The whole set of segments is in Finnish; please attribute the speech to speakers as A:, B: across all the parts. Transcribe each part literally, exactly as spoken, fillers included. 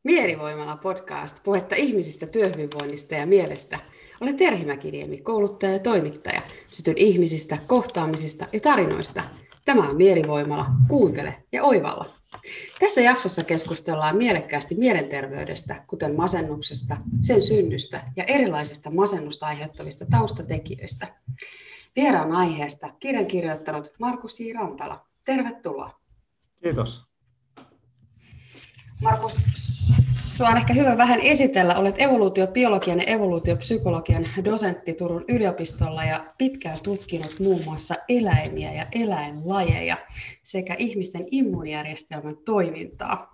A: Mielivoimalla podcast, puhetta ihmisistä, työhyvinvoinnista ja mielestä. Olen Terhi Mäkiniemi, kouluttaja ja toimittaja. Sytyn ihmisistä, kohtaamisista ja tarinoista. Tämä on Mielivoimalla, kuuntele ja oivalla. Tässä jaksossa keskustellaan mielekkäästi mielenterveydestä, kuten masennuksesta, sen synnystä ja erilaisista masennusta aiheuttavista taustatekijöistä. Vieraan aiheesta kirjan kirjoittanut Markus J. Rantala. Tervetuloa.
B: Kiitos.
A: Markus, sinua on ehkä hyvä vähän esitellä. Olet evoluutiobiologian ja evoluutiopsykologian dosentti Turun yliopistolla ja pitkään tutkinut muun muassa eläimiä ja eläinlajeja sekä ihmisten immuunijärjestelmän toimintaa.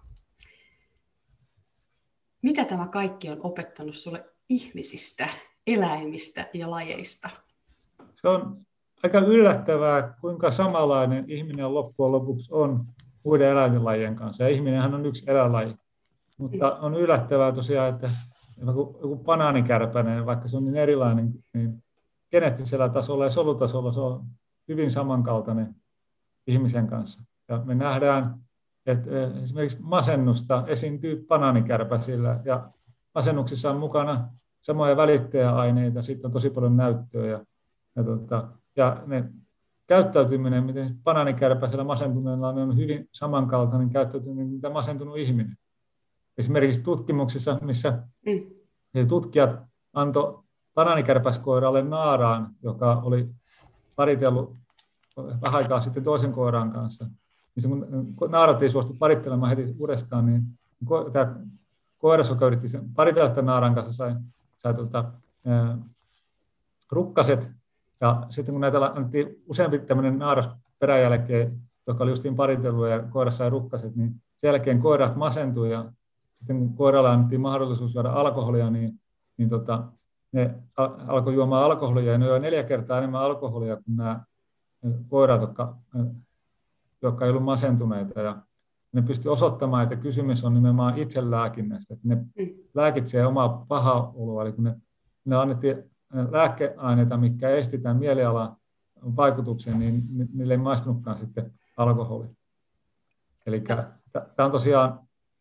A: Mitä tämä kaikki on opettanut sinulle ihmisistä, eläimistä ja lajeista?
B: Se on aika yllättävää, kuinka samanlainen ihminen loppujen lopuksi on muiden eläinlajien kanssa. Ja ihminenhän on yksi eläinlaji. Mutta on yllättävää tosiaan, että joku, joku banaanikärpänen, vaikka se on niin erilainen, niin geneettisellä tasolla ja solutasolla se on hyvin samankaltainen ihmisen kanssa. Ja me nähdään, että esimerkiksi masennusta esiintyy banaanikärpäsillä ja masennuksissa on mukana samoja välittäjäaineita, sitten on tosi paljon näyttöä ja, ja, tota, ja ne käyttäytyminen, miten banaanikärpäisellä masentuneella on hyvin samankaltainen käyttäytyminen, mitä masentunut ihminen. Esimerkiksi tutkimuksissa, missä mm. tutkijat antoi banaanikärpäskoiralle naaraan, joka oli paritellut vähän aikaa sitten toisen koiran kanssa. Kun naarat ei suostu parittelemaan heti uudestaan, niin tämä koiras, joka yritti paritella tämän naaran kanssa, sai, sai tuota, ää, rukkaset. Ja sitten kun näitä annettiin useampi tämmöinen naaras peräjälkeen, joka oli justiin paritellut ja koiras sai rukkaset, niin sen jälkeen koirat masentui ja sitten kun koiralle annettiin mahdollisuus juoda alkoholia, niin, niin tota, ne alkoi juomaan alkoholia ja ne joi neljä kertaa enemmän alkoholia kuin nämä koirat, jotka, jotka ei ollut masentuneita. Ja ne pystyi osoittamaan, että kysymys on nimenomaan itselääkinnästä, että ne lääkitsee omaa pahaa oloa, eli kun ne, ne annettiin lääkeaineita, mitkä estetään mielialan vaikutuksen, niin niille ei maistunutkaan sitten alkoholi. Eli tämä on tosiaan,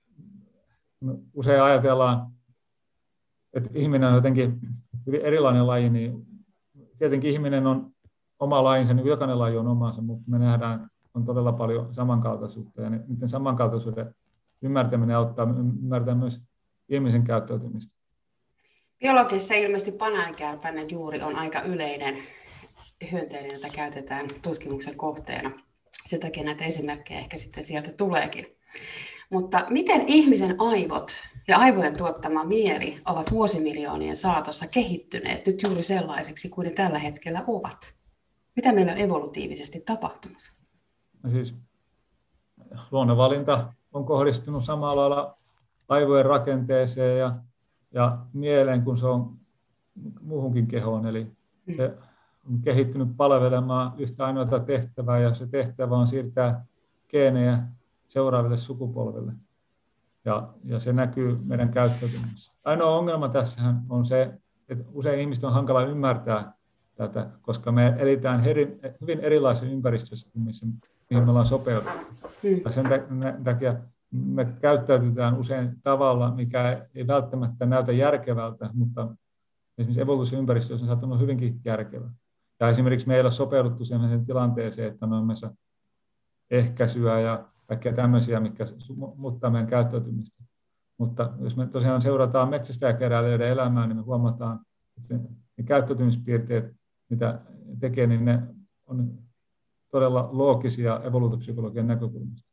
B: usein ajatellaan, että ihminen on jotenkin hyvin erilainen laji, niin tietenkin ihminen on oma lajinsa, niin jokainen laji on omansa, mutta me nähdään, on todella paljon samankaltaisuutta, ja niiden samankaltaisuuden ymmärtäminen auttaa ymmärtää myös ihmisen käyttäytymistä.
A: Biologiassa ilmeisesti banaanikärpänen juuri on aika yleinen hyönteinen, jota käytetään tutkimuksen kohteena. Sen takia näitä esimerkkejä ehkä sitten sieltä tuleekin. Mutta miten ihmisen aivot ja aivojen tuottama mieli ovat vuosimiljoonien saatossa kehittyneet nyt juuri sellaiseksi kuin ne tällä hetkellä ovat? Mitä meillä on evolutiivisesti tapahtunut?
B: No siis, luonnonvalinta on kohdistunut samalla lailla aivojen rakenteeseen ja, ja mieleen, kun se on muuhunkin kehoon. Eli se on kehittynyt palvelemaan yhtä ainoata tehtävää ja se tehtävä on siirtää geenejä seuraaville sukupolville. Ja, ja se näkyy meidän käyttäytymisessä. Ainoa ongelma tässähän on se, että usein ihmiset on hankala ymmärtää tätä, koska me eletään heri, hyvin erilaisessa ympäristössä kuin missä, mihin me ollaan sopeuduttu. Ja sen takia me käyttäytytään usein tavalla, mikä ei välttämättä näytä järkevältä, mutta esimerkiksi evoluutioympäristössä on saattanut hyvinkin järkevää. Ja esimerkiksi meillä on sopeuduttu sellaiseen tilanteeseen, että on myös ehkäisyä ja kaikkea tämmöisiä, mitkä muuttaa meidän käyttäytymistä. Mutta jos me tosiaan seurataan metsästäjäkeräilijöiden elämää, niin me huomataan, että ne käyttäytymispiirteet, mitä tekee, niin ne on todella loogisia evoluutiopsykologian näkökulmasta.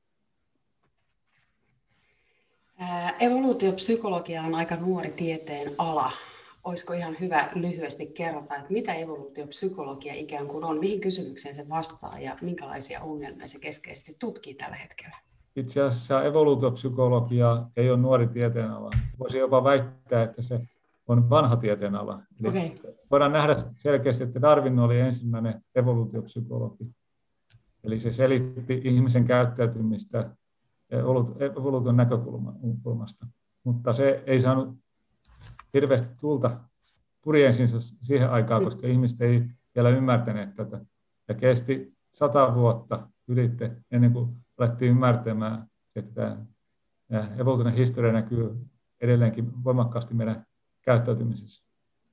A: Evoluutiopsykologia on aika nuori tieteen ala. Olisiko ihan hyvä lyhyesti kerrata, että mitä evoluutiopsykologia ikään kuin on, mihin kysymykseen se vastaa ja minkälaisia ongelmia se keskeisesti tutkii tällä hetkellä?
B: Itse asiassa evoluutiopsykologia ei ole nuori tieteenala. Voisi jopa väittää, että se on vanha tieteenala.
A: Okay.
B: Voidaan nähdä selkeästi, että Darwin oli ensimmäinen evoluutiopsykologi. Eli se selitti ihmisen käyttäytymistä evoluution näkökulmasta. Mutta se ei saanut hirveästi tulta purjeensinsa siihen aikaan, koska ihmiset ei vielä ymmärtäneet tätä. Ja kesti sata vuotta ylitte ennen kuin alettiin ymmärtämään, että evoluutinen historia näkyy edelleenkin voimakkaasti meidän käyttäytymisessä.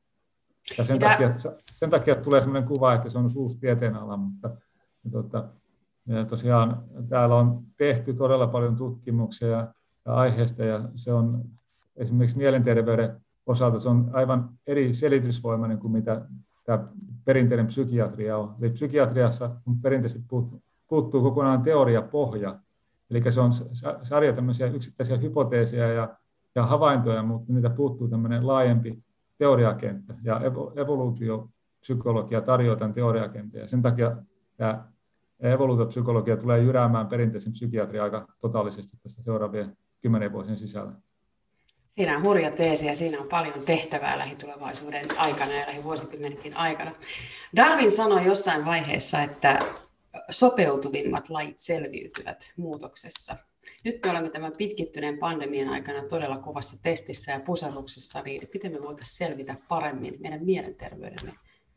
B: Ja sen, ja takia, sen takia tulee sellainen kuva, että se on uusi tieteenala, mutta tuota, ja tosiaan täällä on tehty todella paljon tutkimuksia ja, ja aiheesta, ja se on esimerkiksi mielenterveyden osalta se on aivan eri selitysvoimainen kuin mitä tämä perinteinen psykiatria on. Eli psykiatriassa perinteisesti puuttuu, puuttuu kokonaan teoriapohja, eli se on sarja tämmöisiä yksittäisiä hypoteeseja ja, ja havaintoja, mutta niitä puuttuu tämmöinen laajempi teoriakenttä, ja evoluutiopsykologia tarjoaa tämän teoriakentän, ja sen takia tämä evoluutiopsykologia tulee jyräämään perinteisen psykiatrian aika totaalisesti tässä seuraavien kymmenen vuosien sisällä.
A: Siinä on hurja teesi ja siinä on paljon tehtävää lähitulevaisuuden aikana ja lähivuosikymmenenkin aikana. Darwin sanoi jossain vaiheessa, että sopeutuvimmat lajit selviytyvät muutoksessa. Nyt me olemme tämän pitkittyneen pandemian aikana todella kovassa testissä ja puserruksessa, niin miten me voitaisiin selvitä paremmin meidän mielenterveydemme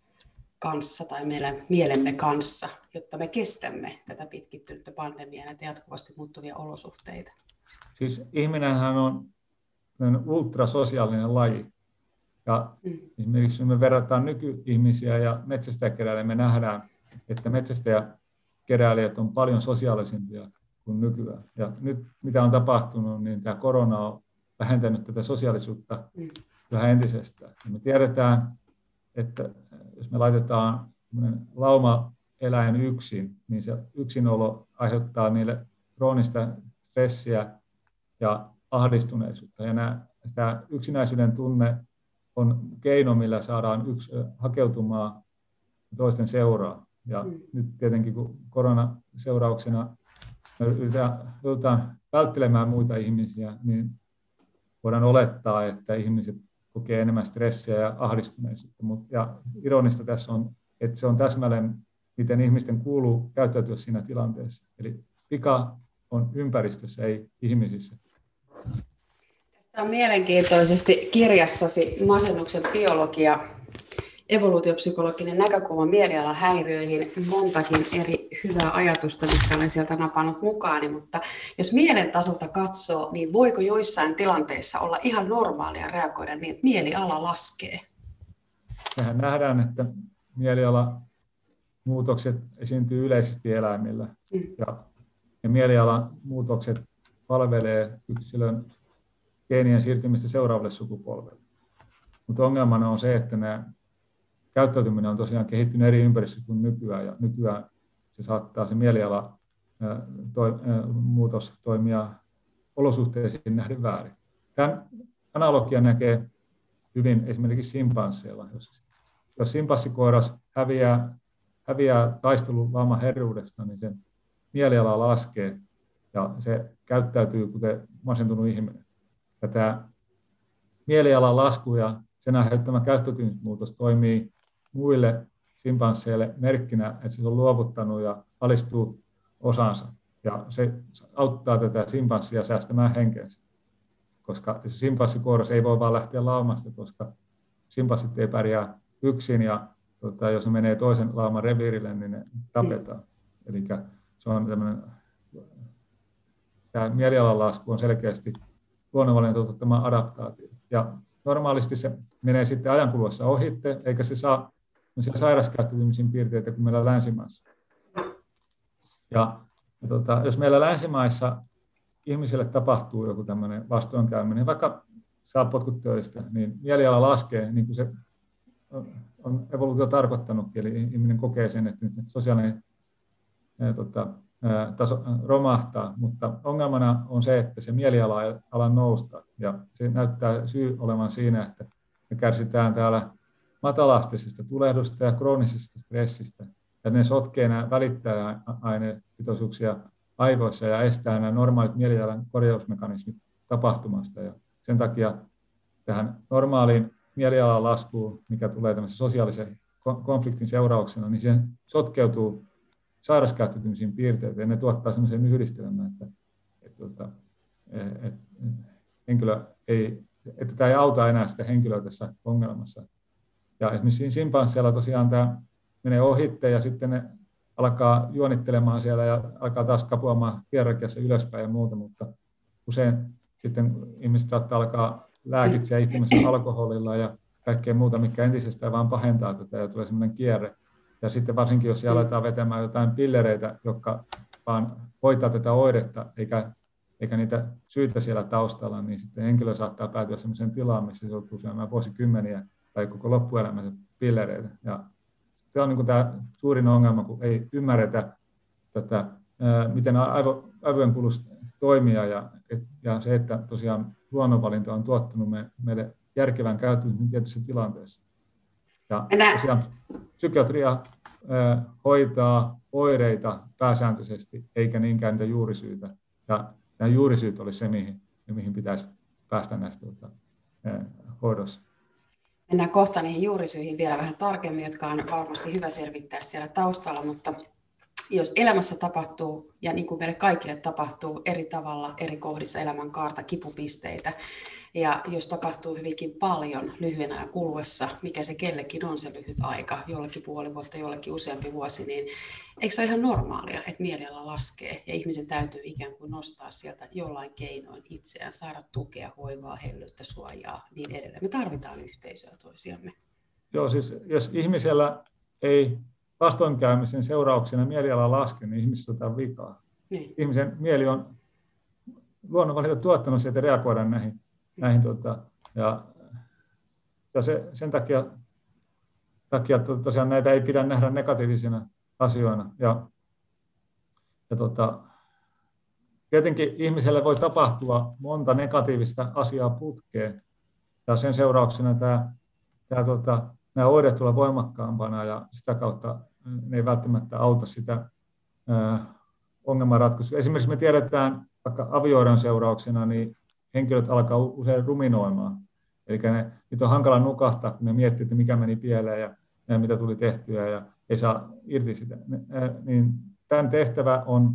A: kanssa tai meidän mielemme kanssa, jotta me kestämme tätä pitkittynyttä pandemiaa ja jatkuvasti muuttuvia olosuhteita.
B: Siis ihminenhän on ultrasosiaalinen laji. Ja mm. esimerkiksi jos me verrataan nykyihmisiä ja metsästäjäkeräilijä, me nähdään, että metsästäjäkeräilijät on paljon sosiaalisempia kuin nykyään. Ja nyt mitä on tapahtunut, niin tämä korona on vähentänyt tätä sosiaalisuutta mm. yhä entisestään. Ja me tiedetään, että jos me laitetaan lauma-eläin yksin, niin se yksinolo aiheuttaa niille kroonista stressiä ja ahdistuneisuutta. Ja nämä, tämä yksinäisyyden tunne on keino, millä saadaan yksi hakeutumaan toisten seuraa. Ja mm. nyt tietenkin, kun koronan seurauksena me joudutaan välttelemään muita ihmisiä, niin voidaan olettaa, että ihmiset kokee enemmän stressiä ja ahdistuneisuutta. Ja ironista tässä on, että se on täsmälleen, miten ihmisten kuuluu käyttäytyä siinä tilanteessa. Eli vika on ympäristössä, ei ihmisissä.
A: Tämä on mielenkiintoisesti kirjassasi Masennuksen biologia, evoluutiopsykologinen näkökulma mielialan häiriöihin, montakin eri hyvää ajatusta, mitkä olen sieltä napannut mukaani, mutta jos mielen tasolta katsoo, niin voiko joissain tilanteissa olla ihan normaalia reagoida niin, että mieliala laskee?
B: Mehän nähdään, että mielialamuutokset esiintyy yleisesti eläimillä, mm. ja, ja mielialamuutokset palvelee yksilön geenien siirtymistä seuraavalle sukupolvelle. Mutta ongelmana on se, että nämä käyttäytyminen on tosiaan kehittynyt eri ympäristössä kuin nykyään, ja nykyään se saattaa se mieliala toi, muutos toimia olosuhteisiin nähden väärin. Tämän analogian näkee hyvin esimerkiksi simpansseilla. Jos, jos simpanssikoiras häviää, häviää taistelun lauman herruudesta, niin sen mieliala laskee ja se käyttäytyy kuten masentunut ihminen. Ja tämä mielialan lasku ja sen aiheuttama käyttäytymismuutos toimii muille simpansseille merkkinä, että se on luovuttanut ja alistuu osansa. Ja se auttaa tätä simpanssia säästämään henkeensä, koska simpanssikoiras ei voi vaan lähteä laumasta, koska simpanssit ei pärjää yksin, ja tota, jos ne menee toisen lauman reviirille, niin ne tapetaan. Mm. Eli se on tämmöinen, tämä mielialan lasku on selkeästi luonnonvalinnan toteuttama adaptaatio. Ja normaalisti se menee sitten ajankuluessa ohitte, eikä se saa sairauskäyttäytymisen piirteitä kuin meillä länsimaissa. Ja, ja tota, jos meillä länsimaissa ihmiselle tapahtuu joku tämmöinen vastoinkäyminen, vaikka saa potkut töistä, niin mieliala laskee, niin kuin se on, on evoluutio tarkoittanutkin, eli ihminen kokee sen, että sosiaalinen ää, tota, ää, taso romahtaa, mutta ongelmana on se, että se mieliala ei ala nousta, ja se näyttää syy olevan siinä, että me kärsitään täällä matala-asteisesta tulehdusta ja kroonisesta stressistä, ja ne sotkee nämä välittäjäainepitoisuuksia aivoissa ja estää nämä normaalit mielialan korjausmekanismit tapahtumasta. Ja sen takia tähän normaaliin mielialan laskuun, mikä tulee tämmöisen sosiaalisen konfliktin seurauksena, niin siihen sotkeutuu sairauskäyttäytymisen piirteitä, ja ne tuottaa semmoisen yhdistelmän, että, että, että, että, henkilö ei, että tämä ei auta enää sitä henkilöä tässä ongelmassa. Ja esimerkiksi simpansseilla tosiaan tämä menee ohitte, ja sitten ne alkaa juonittelemaan siellä ja alkaa taas kapuamaan hierarkiassa ylöspäin ja muuta, mutta usein sitten ihmiset saattaa alkaa lääkitseä itsensä alkoholilla ja kaikkea muuta, mikä entisestään vaan pahentaa tätä ja tulee sellainen kierre. Ja sitten varsinkin, jos aletaan vetämään jotain pillereitä, jotka vaan hoitaa tätä oiretta, eikä, eikä niitä syitä siellä taustalla, niin sitten henkilö saattaa päätyä sellaiseen tilaan, missä se joutuu syömään vuosikymmeniä tai koko loppuelämänsä pillereitä. Ja se on niin kuin tämä suurin ongelma, kun ei ymmärretä tätä, miten aivo, aivojen kuuluisi toimia ja, ja se, että tosiaan luonnonvalinta on tuottanut me, meille järkevän käyttämisen tietyissä tilanteissa. Ja tosiaan psykiatria äh, hoitaa oireita pääsääntöisesti, eikä niinkään niitä juurisyitä. Ja nämä juurisyyt olisi se, mihin, mihin pitäisi päästä näissä tuota, äh, hoidossa.
A: Mennään kohta niihin juurisyihin vielä vähän tarkemmin, jotka on varmasti hyvä selvittää siellä taustalla, mutta jos elämässä tapahtuu, ja niin kuin meille kaikille tapahtuu eri tavalla eri kohdissa elämän kaarta kipupisteitä, ja jos tapahtuu hyvinkin paljon lyhyen ajan kuluessa, mikä se kellekin on se lyhyt aika, jollekin puoli vuotta, jollekin useampi vuosi, niin eikö se ole ihan normaalia, että mieliala laskee, ja ihmisen täytyy ikään kuin nostaa sieltä jollain keinoin itseään, saada tukea, hoivaa, hellyyttä, suojaa, niin edelleen. Me tarvitaan yhteisöä toisiamme.
B: Joo, siis jos ihmisellä ei vastoinkäymisen seurauksena mieliala laskee, niin ihmisessä on jotain vikaa. Niin. Ihmisen mieli on luonnonvalinta tuottanut sieltä reagoida näihin. näihin tota, ja ja se, sen takia, takia tosiaan näitä ei pidä nähdä negatiivisina asioina. Ja, ja tota, tietenkin ihmiselle voi tapahtua monta negatiivista asiaa putkeen. Ja sen seurauksena tämä, tämä, tota, nämä oireet tulevat voimakkaampana ja sitä kautta ne ei välttämättä auta sitä ää, ongelmanratkaisua. Esimerkiksi me tiedetään, vaikka avioeron seurauksena, niin henkilöt alkaa usein ruminoimaan. Eli ne, niitä on hankala nukahtaa, kun ne miettii, että mikä meni pieleen ja, ja mitä tuli tehtyä ja ei saa irti sitä. Ää, niin tämän tehtävä on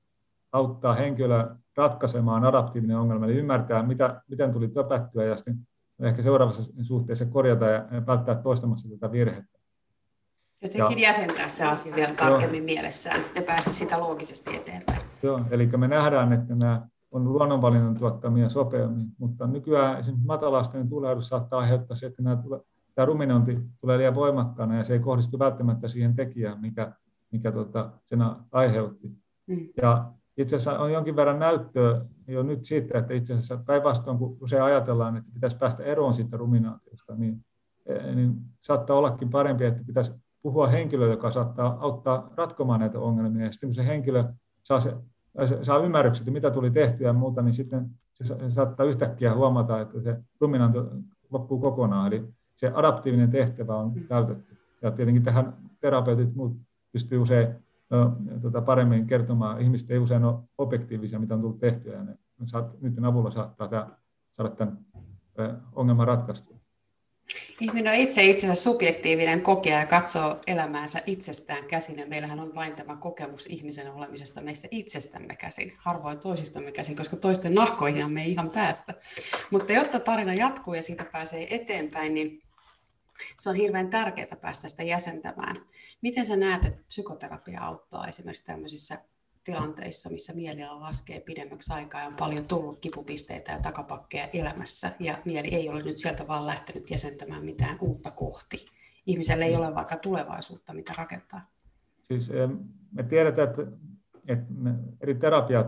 B: auttaa henkilöä ratkaisemaan adaptiivinen ongelma, eli ymmärtää, mitä, miten tuli töpättyä ja sitten ehkä seuraavassa suhteessa korjata ja välttää toistamassa tätä virhettä.
A: Jotenkin ja, jäsentää se asia vielä tarkemmin joo. mielessään ja päästä sitä loogisesti eteenpäin.
B: Joo, eli me nähdään, että nämä on luonnonvalinnan tuottamia sopeamia, mutta nykyään esimerkiksi matalasteinen tulehdus saattaa aiheuttaa se, että nämä tule, tämä ruminointi tulee liian voimakkaana ja se ei kohdistu välttämättä siihen tekijään, mikä, mikä tota, sen aiheutti. Mm. Ja itse asiassa on jonkin verran näyttöä jo nyt siitä, että itse asiassa päinvastoin, kun usein ajatellaan, että pitäisi päästä eroon siitä ruminaatiosta, niin, niin saattaa ollakin parempi, että pitäisi puhua henkilöä, joka saattaa auttaa ratkomaan näitä ongelmia. Ja sitten kun se henkilö saa, se, saa ymmärrykset, että mitä tuli tehtyä ja muuta, niin sitten se saattaa yhtäkkiä huomata, että se ruminaatio loppuu kokonaan. Eli se adaptiivinen tehtävä on täytetty. Ja tietenkin tähän terapeutit muut pystyy usein no, tota, paremmin kertomaan. Ihmiset ei usein ole objektiivisia, mitä on tullut tehtyä. Ja ne, saat, niiden avulla saattaa tämä, saada tämän ongelman ratkaistua.
A: Ihminen on itse itsensä subjektiivinen kokija ja katsoo elämäänsä itsestään käsin. Ja meillähän on vain tämä kokemus ihmisen olemisesta meistä itsestämme käsin, harvoin toisistamme käsin, koska toisten nahkoihin me ei ihan päästä. Mutta jotta tarina jatkuu ja siitä pääsee eteenpäin, niin se on hirveän tärkeää päästä sitä jäsentämään. Miten sä näet, että psykoterapia auttaa esimerkiksi tämmöisissä tilanteissa, missä mieliala laskee pidemmäksi aikaa ja on paljon tullut kipupisteitä ja takapakkeja elämässä ja mieli ei ole nyt sieltä vaan lähtenyt jäsentämään mitään uutta kohti. Ihmisellä ei ole vaikka tulevaisuutta, mitä rakentaa.
B: Siis me tiedetään, että, että eri terapiat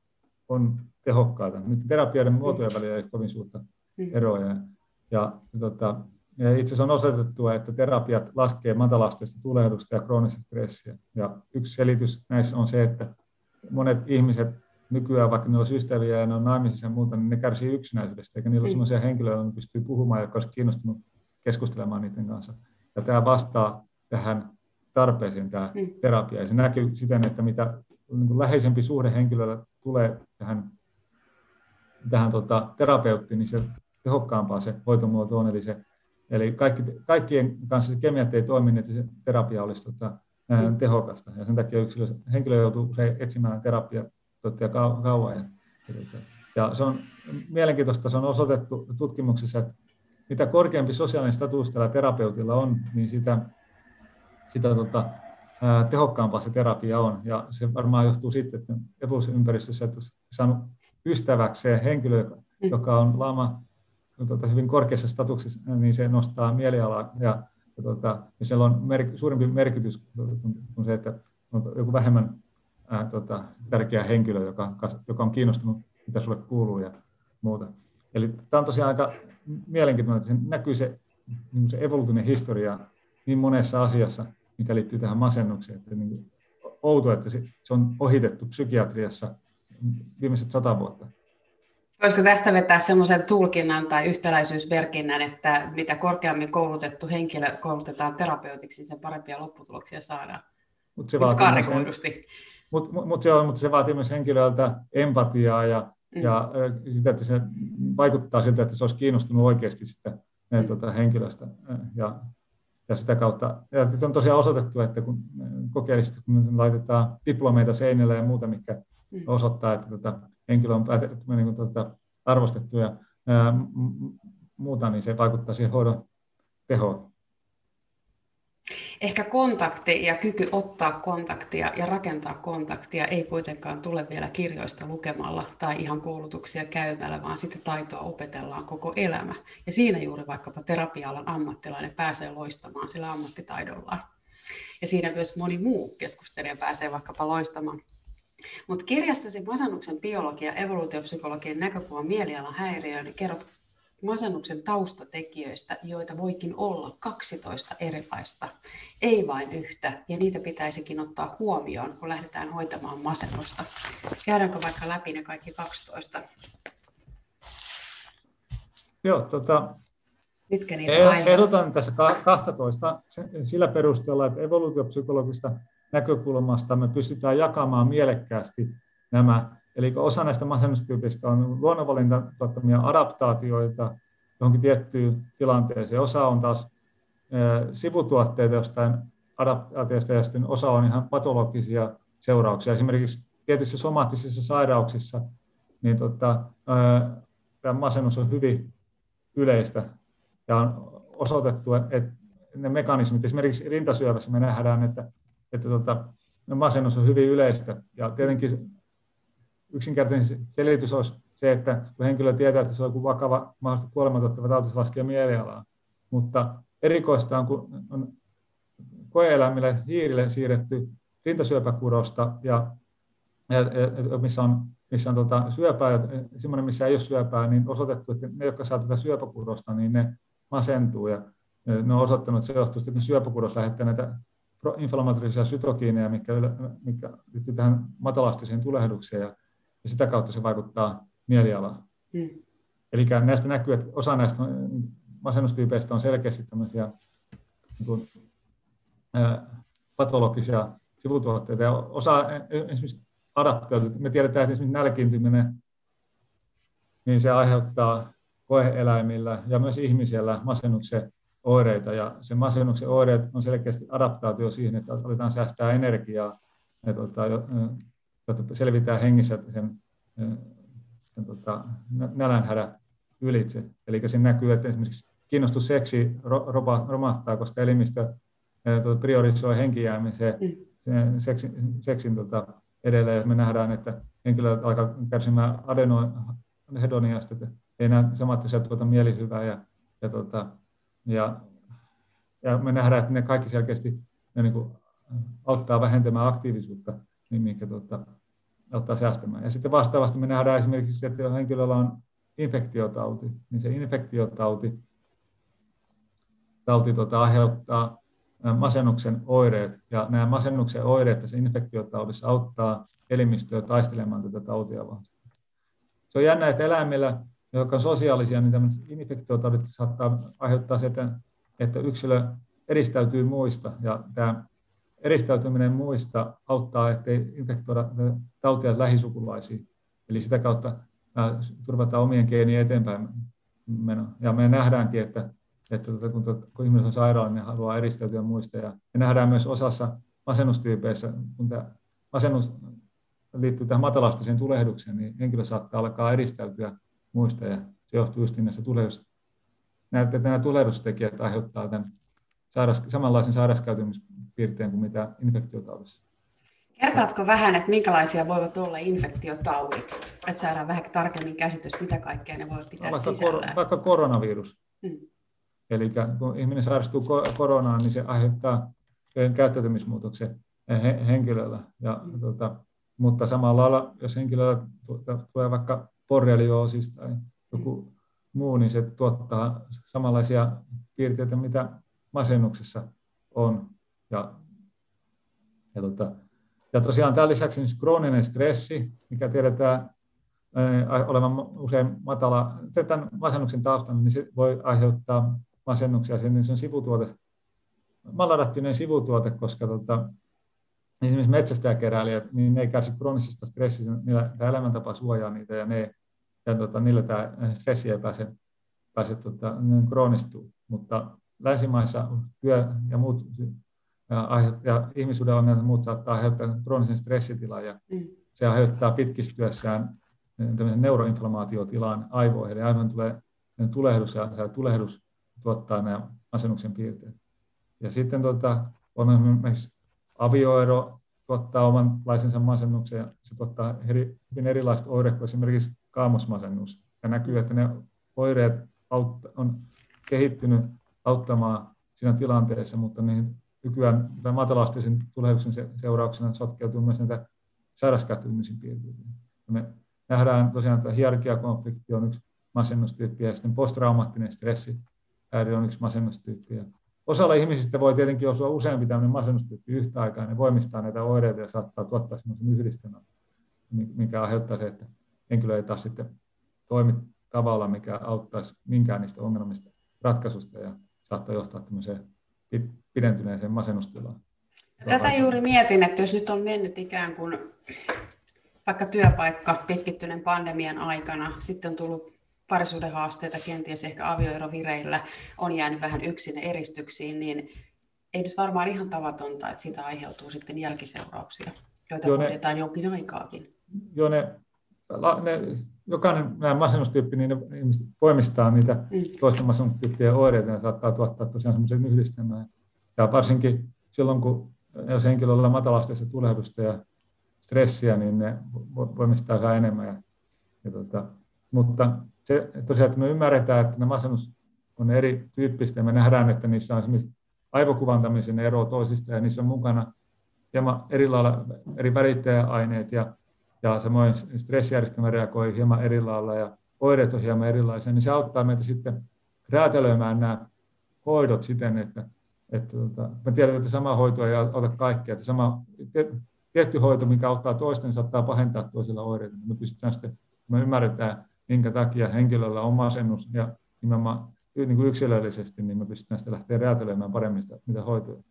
B: on tehokkaita. Nyt terapioiden muotojen välillä ei ole kovin suurta eroa. Ja, ja, tota, ja itse asiassa on osoitettu, että terapiat laskee matalasteista tulehdusta ja kroonista stressiä. Ja yksi selitys näissä on se, että monet ihmiset nykyään, vaikka niillä olisi ystäviä ja ne on naimisissa ja muuta, niin ne kärsii yksinäisyydestä, eikä niillä ole sellaisia henkilöitä, jotka pystyy puhumaan, jotka olisi kiinnostunut keskustelemaan niiden kanssa. Ja tämä vastaa tähän tarpeeseen, tämä terapia. Ja se näkyy siten, että mitä niin läheisempi suhde henkilöllä tulee tähän, tähän tota, terapeuttiin, niin se tehokkaampaa se hoitomuoto on. Eli, se, eli kaikki, kaikkien kanssa se kemiat ei toimi, että se terapia olisi tota, mm. tehokasta. Ja sen takia yksilö, henkilö joutuu usein etsimään terapiaa kauan. Ja, ja se on mielenkiintoista, se on osoitettu tutkimuksissa, että mitä korkeampi sosiaalinen status tällä terapeutilla on, niin sitä, sitä tota, tehokkaampaa se terapia on. Ja se varmaan johtuu siitä, että evoluution ympäristössä, että saanut ystäväkseen henkilö,
A: Mm.
B: joka on lama tuota, hyvin korkeassa statuksessa, niin se nostaa mielialaa ja, ja, tuota, ja siellä on mer- suurempi merkitys kuin se, että on joku vähemmän ää, tuota, tärkeä henkilö, joka, joka on kiinnostunut, mitä sulle kuuluu ja muuta. Eli tämä on tosiaan aika mielenkiintoinen, että se näkyy se, niin se evoluutinen historia niin monessa asiassa, mikä liittyy tähän masennukseen. Että niin outo, että se, se on ohitettu psykiatriassa viimeiset sata vuotta.
A: Voisiko tästä vetää semmoisen tulkinnan tai yhtäläisyysmerkinnän, että mitä korkeammin koulutettu henkilö koulutetaan terapeutiksi, sen parempia lopputuloksia saadaan?
B: Mut se
A: Nyt
B: karrikoidusti. Mutta mut se, mut se vaatii myös henkilöltä empatiaa ja, mm. ja sitä, että se vaikuttaa siltä, että se olisi kiinnostunut oikeasti sitä mm. tuota, henkilöstä. Ja, ja sitä kautta, ja on tosiaan osoitettu, että kun kokeellisesti kun laitetaan diplomeita seinälle ja muuta, mikä mm. osoittaa, että tuota, henkilö on päätä, niin kuin, tuota, arvostettu ja ää, m- muuta, niin se vaikuttaa siihen hoidon tehoon.
A: Ehkä kontakti ja kyky ottaa kontaktia ja rakentaa kontaktia ei kuitenkaan tule vielä kirjoista lukemalla tai ihan koulutuksia käymällä, vaan sitä taitoa opetellaan koko elämä. Ja siinä juuri vaikkapa terapia-alan ammattilainen pääsee loistamaan sillä ammattitaidollaan. Ja siinä myös moni muu keskustelija pääsee vaikkapa loistamaan. Mutta kirjassasi Masennuksen biologia ja evoluutiopsykologian näkökulma mielialan häiriöön, niin kerrot masennuksen taustatekijöistä, joita voikin olla kaksitoista erilaista, ei vain yhtä, ja niitä pitäisikin ottaa huomioon, kun lähdetään hoitamaan masennusta. Käydäänkö vaikka läpi ne kaikki kaksitoista?
B: Joo, tota,
A: mitkä niitä
B: ehdotan tässä kaksitoista sillä perusteella, että evoluutiopsykologista näkökulmasta me pystytään jakamaan mielekkäästi nämä. Eli osa näistä masennustyypeistä on luonnonvalinnan tuottamia adaptaatioita johonkin tiettyyn tilanteeseen. Osa on taas sivutuotteita jostain adaptaatioista ja sitten osa on ihan patologisia seurauksia. Esimerkiksi tietyissä somaattisissa sairauksissa niin tota, tämä masennus on hyvin yleistä ja on osoitettu, että ne mekanismit, esimerkiksi rintasyövässä me nähdään, että, että tota, masennus on hyvin yleistä ja tietenkin yksinkertainen selitys olisi se, että kun henkilö tietää, että se on joku vakava, mahdollisesti kuolemantuottava tauti, se laskee mielialaa. Mutta erikoista on, kun on koe-eläimille hiirille siirretty rintasyöpäkudosta, ja, ja, ja missä on, missä on tota syöpää ja semmoinen, missä ei ole syöpää, niin osoitettu, että ne, jotka saa tätä syöpäkudosta, niin ne masentuu. Ja ne on osoittanut, että se johtuu, että syöpäkudos lähettää näitä inflammatorisia sytokiineja, mikä, mikä liittyy tähän matalastiseen tulehdukseen, ja ja sitä kautta se vaikuttaa mielialaan. Mm. Eli näistä näkyy, että osa näistä masennustyypeistä on selkeästi tämmöisiä niin kuin, ää, patologisia sivutuotteita, ja osa esimerkiksi adaptoitu. Me tiedetään, että esimerkiksi nälkiintyminen, niin se aiheuttaa koe-eläimillä ja myös ihmisillä masennuksen oireita, ja se masennuksen oireet on selkeästi adaptaatio siihen, että aletaan säästää energiaa, ja, tuota, jotta selvitään hengissä sen, sen tota, nälänhädän ylitse. Eli se näkyy, että esimerkiksi kiinnostus seksi romahtaa, koska elimistö priorisoi henkijäämiseen mm. seksin, seksin tota, edelleen. Me nähdään, että henkilö alkaa kärsimään adenohedoniasta, että ei enää samaattisia tuota mielihyvää. Ja, ja, tota, ja, ja me nähdään, että ne kaikki selkeästi ne niin kuin auttaa vähentämään aktiivisuutta, niin mikä tota, auttaa säästämään. Ja sitten vastaavasti me nähdään esimerkiksi, että jos henkilöllä on infektiotauti, niin se infektiotauti tauti, tota, aiheuttaa masennuksen oireet, ja nämä masennuksen oireet tässä infektiotaudissa auttaa elimistöä taistelemaan tätä tautia vastaan. Se on jännä, että eläimillä, jotka on sosiaalisia, niin tämmöiset infektiotaudit saattaa aiheuttaa se, että, että yksilö eristäytyy muista, ja tämä eristäytyminen muista auttaa, ettei infektoida tautia lähisukulaisiin. Eli sitä kautta turvataan omien geenien eteenpäin meno. Ja me nähdäänkin, että, että kun, kun ihminen on sairaala, niin haluaa eristäytyä muista. Ja me nähdään myös osassa masennustyypeissä, kun tämä masennus liittyy tähän matalastiseen tulehdukseen, niin henkilö saattaa alkaa eristäytyä muista. Ja se johtuu just näistä tulehdus, nämä tulehdustekijät aiheuttaa tämän sairas, samanlaisen sairauskäytymispiirteen kuin mitä infektiotaudissa.
A: Kertaatko vähän, että minkälaisia voivat olla infektiotaudit? Että saadaan vähän tarkemmin käsitys, mitä kaikkea ne voivat pitää
B: vaikka,
A: sisällään.
B: kor, vaikka koronavirus.
A: Hmm.
B: Eli kun ihminen sairastuu koronaan, niin se aiheuttaa käyttäytymismuutoksen henkilöllä. Ja, hmm. tuota, mutta samalla lailla, jos henkilöllä tulee vaikka borrelioosis tai joku hmm. muu, niin se tuottaa samanlaisia piirteitä, mitä masennuksessa on. Ja, ja, tuota, ja tosiaan tämän lisäksi niin krooninen stressi, mikä tiedetään olevan usein matala, tämän masennuksen taustalla, niin se voi aiheuttaa masennuksia. Se on sivutuote, maladaktinen sivutuote, koska tota, esimerkiksi metsästäjäkeräilijät, niin ne ei kärsi kroonisesta stressistä, niillä tämä elämäntapa suojaa niitä ja, ne, ja tota, niillä tämä stressi ei pääse, pääse tota, kroonistuu. Mutta länsimaissa työ ja muut ja, ja ihmisuuden ongelmat muut saattaa aiheuttaa kroonisen stressitilan ja mm. se aiheuttaa pitkistyessään tämmöisen neuroinflamaatiotilan aivoihin. Eli aivoin tulee tulehdus ja se tulehdus tuottaa nämä masennuksen piirteet. Ja sitten tuota, on esimerkiksi avioero tuottaa omanlaisensa masennuksen ja se tuottaa eri, hyvin erilaiset oireet kuin esimerkiksi kaamosmasennus. Ja näkyy, että ne oireet autta, on kehittynyt auttamaan siinä tilanteessa, mutta niihin nykyään matalasteisen tulehduksen seurauksena sotkeutuu myös näitä sairauskäyttäytymisen piirteitä. Me nähdään tosiaan, että hierarkiakonflikti on yksi masennustyyppi ja sitten posttraumaattinen stressihäiriö on yksi masennustyyppi. Ja osalla ihmisistä voi tietenkin osua useampi tämmöinen masennustyyppi yhtä aikaa, ne voimistaa näitä oireita ja saattaa tuottaa sellaisen yhdistelmän, mikä aiheuttaa se, että henkilö ei taas sitten toimi tavalla, mikä auttaisi minkään niistä ongelmista ratkaisusta ja saattaa johtaa tämmöiseen pidentyneeseen masennustilaan.
A: Tätä juuri mietin, että jos nyt on mennyt ikään kuin vaikka työpaikka pitkittyneen pandemian aikana, sitten on tullut parisuuden haasteita, kenties ehkä avioerovireillä, on jäänyt vähän yksin eristyksiin, niin ei nyt varmaan ihan tavatonta, että siitä aiheutuu sitten jälkiseurauksia, joita joo, hoidetaan ne, jonkin aikaakin.
B: Joo, ne, ne, jokainen masennustyyppi, niin ne ihmiset voimistaa niitä mm. toisten masennustyyppien oireita ja saattaa tuottaa tosiaan semmoisen yhdistelmän. Ja varsinkin silloin, kun jos henkilöllä on matalasteista tulehdusta ja stressiä, niin ne voimistaa vähän enemmän. Ja, ja tota, mutta se tosiaan, että me ymmärretään, että nämä masennus on erityyppistä ja me nähdään, että niissä on esimerkiksi aivokuvantamisen ero toisista ja niissä on mukana hieman eri lailla eri värittäjäaineet ja, ja samoin stressijärjestelmä reagoi hieman eri lailla ja oireet on hieman erilaisia, niin se auttaa meitä sitten räätälöimään nämä hoidot siten, että, että, että me tiedetään, että sama hoito ei auta kaikkea, että sama tietty hoito, mikä auttaa toista, niin saattaa pahentaa toisilla oireita. Me pystytään sitten, me ymmärretään, minkä takia henkilöllä on masennus ja nimenomaan niin kuin yksilöllisesti, niin me pystytään sitten lähteä räätälöimään paremmin sitä, mitä hoitoja.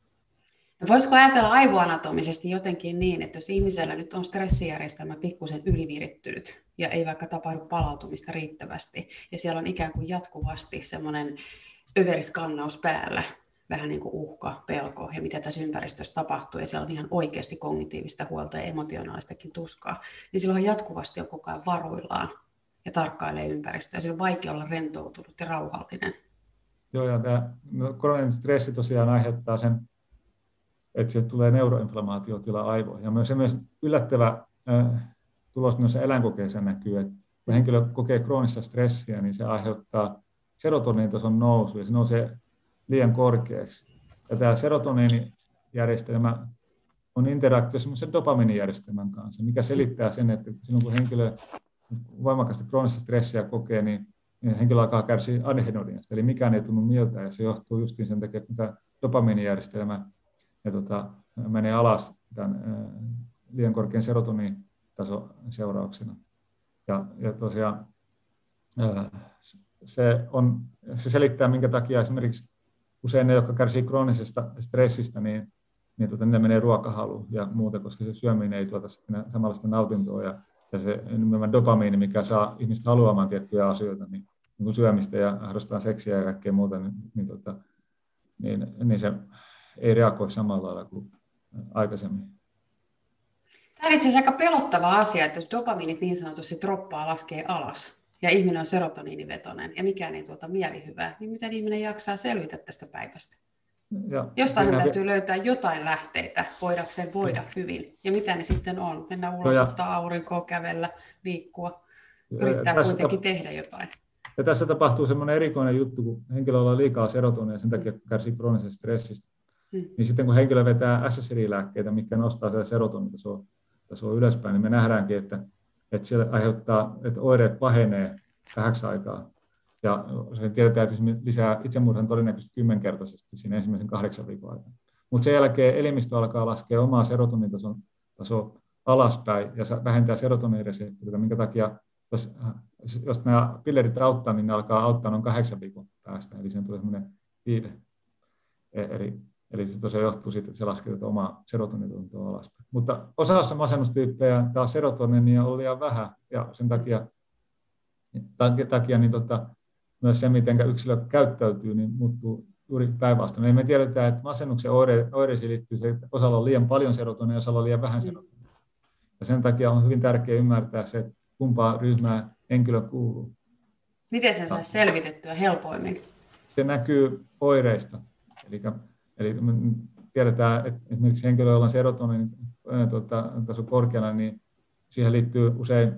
A: No voisiko ajatella aivoanatomisesti jotenkin niin, että jos ihmisellä nyt on stressijärjestelmä pikkusen ylivirittynyt ja ei vaikka tapahdu palautumista riittävästi, ja siellä on ikään kuin jatkuvasti semmoinen överiskannaus päällä, vähän niin kuin uhka, pelko ja mitä tässä ympäristössä tapahtuu, ja siellä on ihan oikeasti kognitiivista huolta ja emotionaalistakin tuskaa, niin silloin jatkuvasti on koko ajan varuillaan ja tarkkailee ympäristöä, ja se on vaikea olla rentoutunut ja rauhallinen. Joo,
B: ja tämä no, krooninen stressi tosiaan aiheuttaa sen, että se tulee neuroinflamaatiotila aivoihin. Ja myös se myös yllättävä äh, tulos noissa eläinkokeissa näkyy, että kun henkilö kokee kroonista stressiä, niin se aiheuttaa serotoninin nousu, ja se nousee liian korkeaksi. Ja tämä serotoniinijärjestelmä on interaktiossa semmoisen dopamiinijärjestelmän kanssa, mikä selittää sen, että silloin kun henkilö voimakkaasti kroonista stressiä kokee, niin, niin henkilö alkaa kärsiä anhedoniasta, eli mikään ei tunnu miltä, ja se johtuu justiin sen takia, että tämä dopamiinijärjestelmä ja tota, menee alas tämän ä, liian korkean serotoniinitason seurauksena. Ja, ja tosiaan ä, se, on, se selittää, minkä takia esimerkiksi usein ne, jotka kärsii kroonisesta stressistä, niin, niin tota, niille menee ruokahalu ja muuta, koska se syöminen ei tuota samanlaista nautintoa. Ja, ja se nimenomaan dopamiini, mikä saa ihmistä haluamaan tiettyjä asioita, niin, niin kuin syömistä ja harrastaa seksiä ja kaikkea muuta, niin, niin, tota, niin, niin se ei reagoi samalla lailla kuin aikaisemmin.
A: Tämä on itse asiassa aika pelottava asia, että jos dopamiinit niin sanotusti droppaa, laskee alas, ja ihminen on serotoniinivetoinen, ja mikään ei tuota mielihyvää, niin miten ihminen jaksaa selvitä tästä päivästä?
B: Ja
A: jostain täytyy löytää jotain lähteitä, voidakseen voida hyvin. Ja mitä ne sitten on? Mennä ulos, no ottaa aurinkoa, kävellä, liikkua, yrittää kuitenkin tehdä jotain.
B: Ja tässä tapahtuu semmoinen erikoinen juttu, kun henkilöllä on liikaa serotonia ja sen takia kärsii kroonisesta stressistä. Hmm. Niin sitten kun henkilö vetää S S R I-lääkkeitä, mitkä nostaa sitä serotonitasoa tasoa ylöspäin, niin me nähdäänkin, että, että se aiheuttaa, että oireet pahenee vähäksi aikaa. Ja se tiedetään, että se lisää itsemurhan todennäköisesti kymmenkertaisesti siinä ensimmäisen kahdeksan viikon aikana. Mutta sen jälkeen elimistö alkaa laskea omaa serotonitasoa taso alaspäin ja vähentää serotonireseptoreita, minkä takia jos, jos nämä pillerit auttaa, niin ne alkaa auttaa noin kahdeksan viikon päästä. Eli sen tulee semmoinen viive. Eli, eli se tosiaan johtuu siitä, että se laskee tätä omaa serotonitasoa alaspäin. Mutta osassa masennustyyppejä taas serotoninia on liian vähän ja sen takia, takia niin tota, myös se, miten yksilö käyttäytyy, niin muuttuu juuri päinvastoin. Eli me tiedetään, että masennuksen oire, oireisiin liittyy se, että osalla on liian paljon serotonia ja osalla on liian vähän serotonia. Ja sen takia on hyvin tärkeää ymmärtää se, että kumpaa ryhmää henkilö kuuluu.
A: Miten sen saa selvitettyä helpoimmin?
B: Se näkyy oireista. Eli, eli me tiedetään, että esimerkiksi henkilö, jolla on serotonin tuota, taso korkeana, niin siihen liittyy usein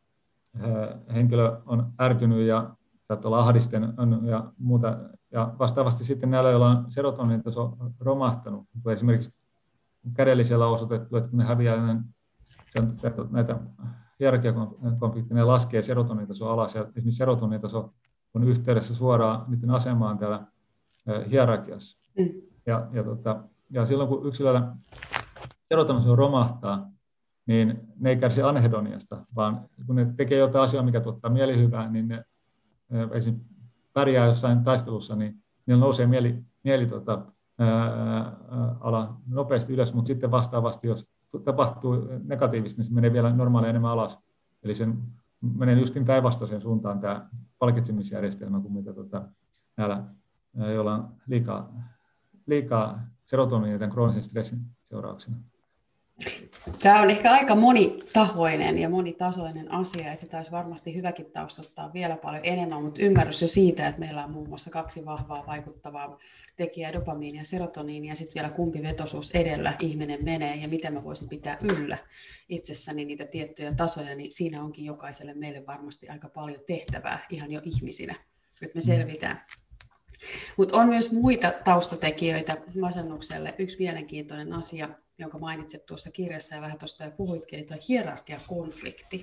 B: henkilö on ärtynyt ja saattaa olla ahdisten ja muuta. Ja vastaavasti sitten näillä, joilla on serotonin taso romahtanut, kun esimerkiksi kädellisellä on osoitettu, että kun ne häviää näitä hierarkiakonflikteja, ne laskee serotonin taso alas, ja esimerkiksi serotonin taso on yhteydessä suoraan niiden asemaan täällä hierarkiassa. Mm. Ja, ja, tota, ja silloin kun yksilöllä serotonin taso romahtaa, niin ne ei kärsi anhedoniasta, vaan kun ne tekee jotain asiaa, mikä tuottaa mielihyvää, niin ne esimerkiksi pärjää jossain taistelussa, niin niillä nousee mieli, mieli tota, ää, ala nopeasti ylös, mutta sitten vastaavasti, jos tapahtuu negatiivisesti, niin se menee vielä normaalia enemmän alas. Eli sen menee justin päinvastaiseen suuntaan tämä palkitsemisjärjestelmä kuin mitä tota, näillä, joilla on liikaa, liikaa serotoninia tämän kroonisen stressin seurauksena.
A: Tämä on ehkä aika monitahoinen ja monitasoinen asia, ja sitä olisi varmasti hyväkin taustottaa vielä paljon enemmän, mutta ymmärrys jo siitä, että meillä on muun muassa kaksi vahvaa vaikuttavaa tekijää, dopamiini ja serotoniini, ja sitten vielä kumpi vetoisuus edellä ihminen menee, ja miten mä voisin pitää yllä itsessäni niitä tiettyjä tasoja, niin siinä onkin jokaiselle meille varmasti aika paljon tehtävää ihan jo ihmisinä, että me selvitään. Mutta on myös muita taustatekijöitä masennukselle. Yksi mielenkiintoinen asia, jonka mainitsit tuossa kirjassa ja vähän tuosta jo puhuitkin, eli tuo hierarkiakonflikti.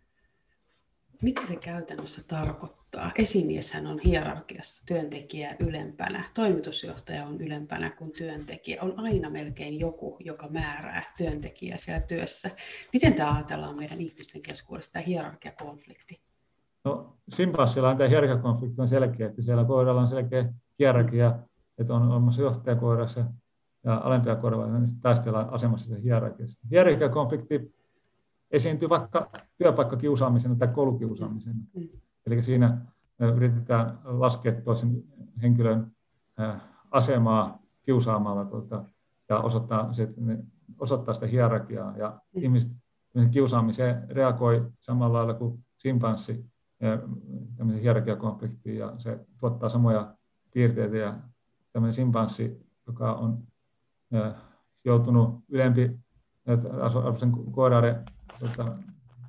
A: Mitä se käytännössä tarkoittaa? Esimieshän on hierarkiassa työntekijää ylempänä, toimitusjohtaja on ylempänä kuin työntekijä. On aina melkein joku, joka määrää työntekijää siellä työssä. Miten tämä ajatellaan meidän ihmisten keskuudessa, tämä hierarkiakonflikti?
B: No, simpanssilla tämä hierarkiakonflikti on selkeä, että siellä koiralla on selkeä hierarkia, että on olemassa johtajakoirassa ja alempia koiralla, niin taistellaan asemassa se hierarkiassa. Hierarkiakonflikti esiintyy vaikka työpaikkakiusaamisena tai koulukiusaamisena. Mm. Eli siinä yritetään laskea toisen henkilön asemaa kiusaamalla tuota, ja osoittaa, se, osoittaa sitä hierarkiaa. Ja mm. ihmiset kiusaamiseen reagoi samalla lailla kuin simpanssi tämmöisen hierarkiakonfliktiin, ja se tuottaa samoja piirteitä, ja tämmöinen simpanssi, joka on joutunut ylempi arvoisen koiraiden tuota,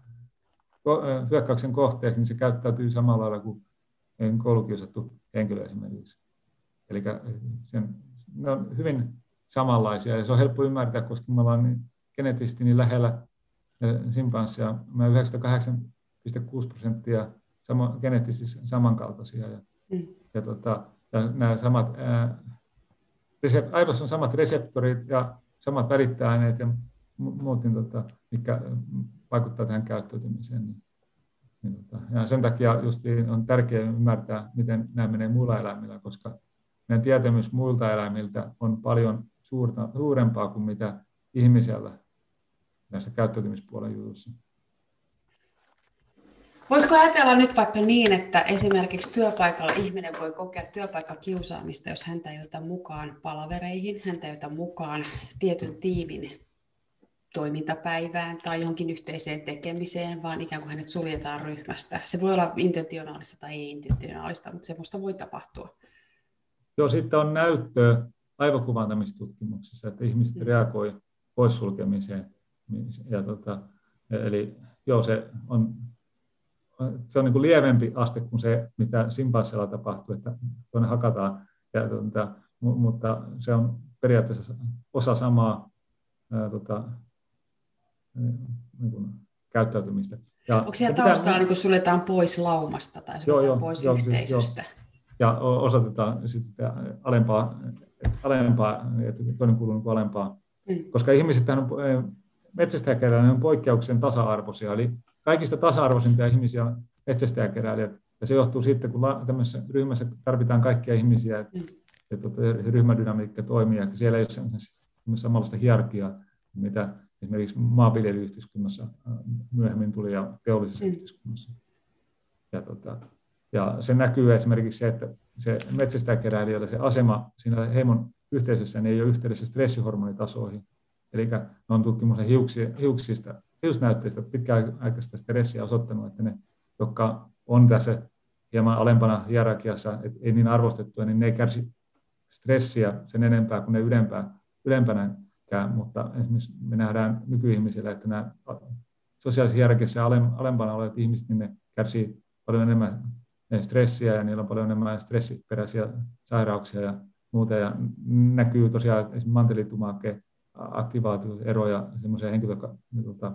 B: hyökkäyksen kohteeksi, niin se käyttäytyy samalla lailla kuin koulukiusattu henkilö esimerkiksi. Eli sen, ne on hyvin samanlaisia, ja se on helppo ymmärtää, koska me ollaan niin geneettisesti niin lähellä simpanssia. Me yhdeksänkymmentäkahdeksan pilkku kuusi prosenttia sama, geneettisesti samankaltaisia. Ja, mm. ja, tota, ja nämä samat, ää, resep, aivoissa on samat reseptorit ja samat välittäjäaineet ja muut, niin, tota, mitkä vaikuttaa tähän käyttäytymiseen. Niin, niin, tota, ja sen takia justiin on tärkeää ymmärtää, miten nämä menee muilla eläimillä, koska meidän tietämys muilta eläimiltä on paljon suurta, suurempaa kuin mitä ihmisellä näissä käyttäytymispuolen jutuissa.
A: Voisiko ajatella nyt vaikka niin, että esimerkiksi työpaikalla ihminen voi kokea työpaikkakiusaamista, jos häntä ei ota mukaan palavereihin, häntä ei ota mukaan tietyn tiimin toimintapäivään tai johonkin yhteiseen tekemiseen, vaan ikään kuin hänet suljetaan ryhmästä. Se voi olla intentionaalista tai ei intentionaalista, mutta semmoista voi tapahtua.
B: Joo, sitten on näyttöä aivokuvantamistutkimuksessa, että ihmiset mm. reagoi poissulkemiseen. Ja tota, eli joo, se on, se on niin kuin lievempi aste kuin se, mitä simpanssilla tapahtuu, että tuonne hakataan, ja, tota, mutta se on periaatteessa osa samaa ää, tota, niin kuin käyttäytymistä.
A: Ja onko siellä taustalla, pitää, niin kun suljetaan pois laumasta tai suljetaan joo, pois joo, yhteisöstä? Joo.
B: Ja osoitetaan sitten alempaa, alempaa että toinen kuuluu niin kuin alempaa. Mm. Koska ihmiset on, metsästäjäkeräilijät on poikkeuksen tasa-arvoisia, eli kaikista tasa-arvoisimpia ihmisiä on metsästäjäkeräilijät. Ja se johtuu sitten, kun tämmöisessä ryhmässä tarvitaan kaikkia ihmisiä, että mm. se ryhmädynamiikka toimii, ja siellä ei ole samanlaista hierarkiaa, mitä esimerkiksi maanviljelyyhteiskunnassa myöhemmin tuli ja teollisessa mm. yhteiskunnassa. Ja, tota, ja se näkyy esimerkiksi se, että se metsästäjäkeräilijöillä se asema siinä heimon yhteisössä niin ei ole yhteydessä stressihormonitasoihin. Eli ne on tutkimuksen hiuksista, hiusnäytteistä pitkäaikaista stressiä osoittanut, että ne, jotka on tässä hieman alempana hierarkiassa, et ei niin arvostettuja, niin ne ei kärsi stressiä sen enempää kuin ne ylempää, ylempänä. Mutta esimerkiksi me nähdään nykyihmisillä, että nämä sosiaalisessa hierarkiassa alempana olevat ihmiset, niin ne kärsii paljon enemmän stressiä ja niillä on paljon enemmän stressiperäisiä sairauksia ja muuta. Ja näkyy tosiaan esimerkiksi mantelitumakkeen aktivaatioeroja semmoisia henkilöitä, jotka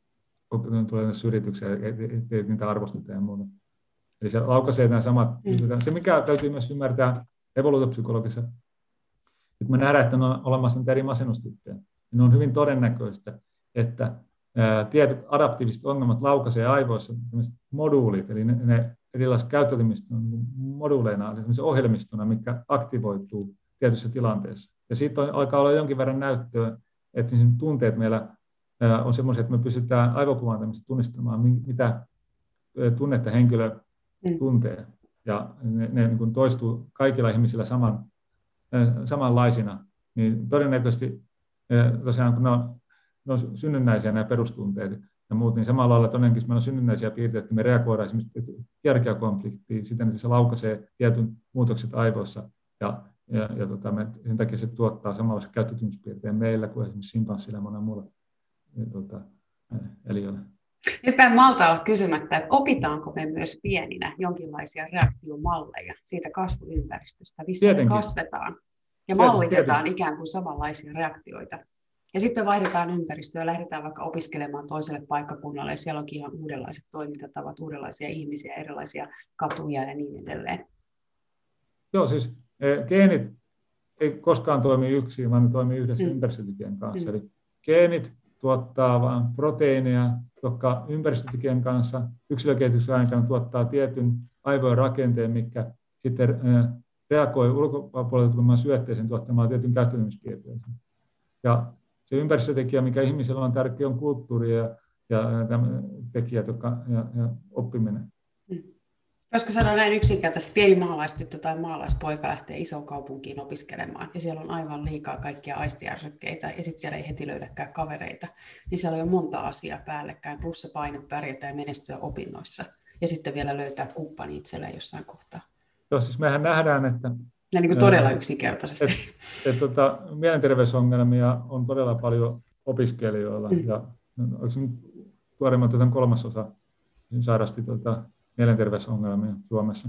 B: tulee näissä yrityksiä, ei niitä arvosteta ja muuta. Eli se laukaisee nämä samat. Mm. Se, mikä täytyy myös ymmärtää evoluutiopsykologisessa, että me nähdään, että on olemassa eri masennustyyppejä. Ne on hyvin todennäköistä, että ää, tietyt adaptiiviset ongelmat laukaisee aivoissa moduulit, eli ne, ne erilaiset käyttäytymistä moduuleina, eli ohjelmistona, mikä aktivoituu tietyissä tilanteissa. Ja siitä on, alkaa olla jonkin verran näyttöä, että tunteet meillä ää, on sellaisia, että me pystytään aivokuvantamista tunnistamaan, mitä tunnetta henkilö mm. tuntee. Ja ne, ne niin kuin toistuu kaikilla ihmisillä saman, samanlaisina, niin todennäköisesti tosiaan kun ne on, ne on synnynnäisiä nämä perustunteet ja muut, niin samalla lailla todennäköisesti meillä on synnynnäisiä piirteitä, että me reagoidaan esimerkiksi hierarkiakonfliktiin siten, että se laukaisee tietyn muutokset aivoissa ja, ja, ja tota, me, sen takia se tuottaa samanlaisia käyttäytymispiirteitä meillä kuin esimerkiksi simpanssilla ja monella muulla ja, tota, eliöllä.
A: Nyt en malta olla kysymättä, että opitaanko me myös pieninä jonkinlaisia reaktiomalleja siitä kasvuympäristöstä, missä Tietenkin. me kasvetaan ja mallitetaan Tietenkin. ikään kuin samanlaisia reaktioita. Ja sitten me vaihdetaan ympäristöä ja lähdetään vaikka opiskelemaan toiselle paikkakunnalle ja siellä onkin ihan uudenlaiset toimintatavat, uudenlaisia ihmisiä, erilaisia katuja ja niin edelleen.
B: Joo, siis geenit ei koskaan toimi yksin, vaan ne toimii yhdessä mm. ympäristötekijän kanssa. Mm. Eli geenit tuottaa vain proteiineja, jotka ympäristötekijän kanssa yksilökehityksen aikana tuottaa tietyn aivojen rakenteen, mikä sitten reagoi ulkopuolelta tulemaan syötteeseen tuottamaan tietyn käyttäytymispiirteeseen. Ja se ympäristötekijä, mikä ihmisellä on tärkeä, on kulttuuri ja, ja tekijät jotka, ja, ja oppiminen.
A: Voisiko sanoa näin yksinkertaisesti, pieni maalaistyttö tai maalaispoika lähtee isoon kaupunkiin opiskelemaan ja siellä on aivan liikaa kaikkia aistiärsykkeitä ja sitten siellä ei heti löydäkään kavereita, niin siellä on jo monta asiaa päällekkäin, plus se paine pärjätä ja menestyä opinnoissa ja sitten vielä löytää kumppani itselleen jossain kohtaa.
B: Joo, siis mehän nähdään, että
A: ja niin kuin todella yksinkertaisesti.
B: Et, et, tota, mielenterveysongelmia on todella paljon opiskelijoilla mm. ja onko se nyt tuoreimmat kolmasosa sairasti tuota, mielenterveysongelmia Suomessa.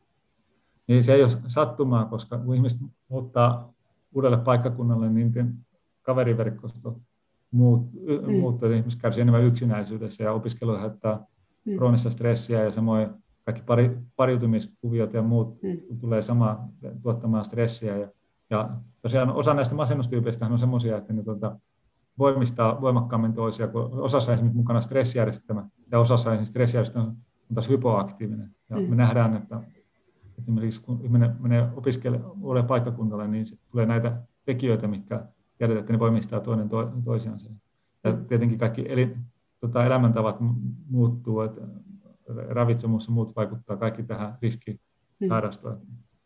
B: Niin se ei ole sattumaa, koska kun ihmiset muuttaa uudelle paikkakunnalle, niin kaveriverkosto muut, mm. muuttuu, ihmiset kärsii enemmän yksinäisyydessä ja opiskelu aiheuttaa mm. kroonista stressiä ja samoin kaikki pari, pariutumiskuviot ja muut mm. tulee samaan tuottamaan stressiä. Ja, ja tosiaan osa näistä masennustyypeistä on sellaisia, että ne tuota, voimistaa voimakkaammin toisia, kun osassa esimerkiksi mukana stressijärjestelmä ja osassa esimerkiksi stressijärjestelmä on taas hypoaktiivinen. Ja mm. me nähdään, että esimerkiksi kun ihminen menee opiskelemaan uudelle paikkakunnalle, niin tulee näitä tekijöitä, mitkä tiedetään, että ne voimistaa toinen to, toisiansa. Ja mm. tietenkin kaikki eli, tota, elämäntavat muuttuu, että ravitsemus ja muut vaikuttaa kaikki tähän riskiin mm. sairastua.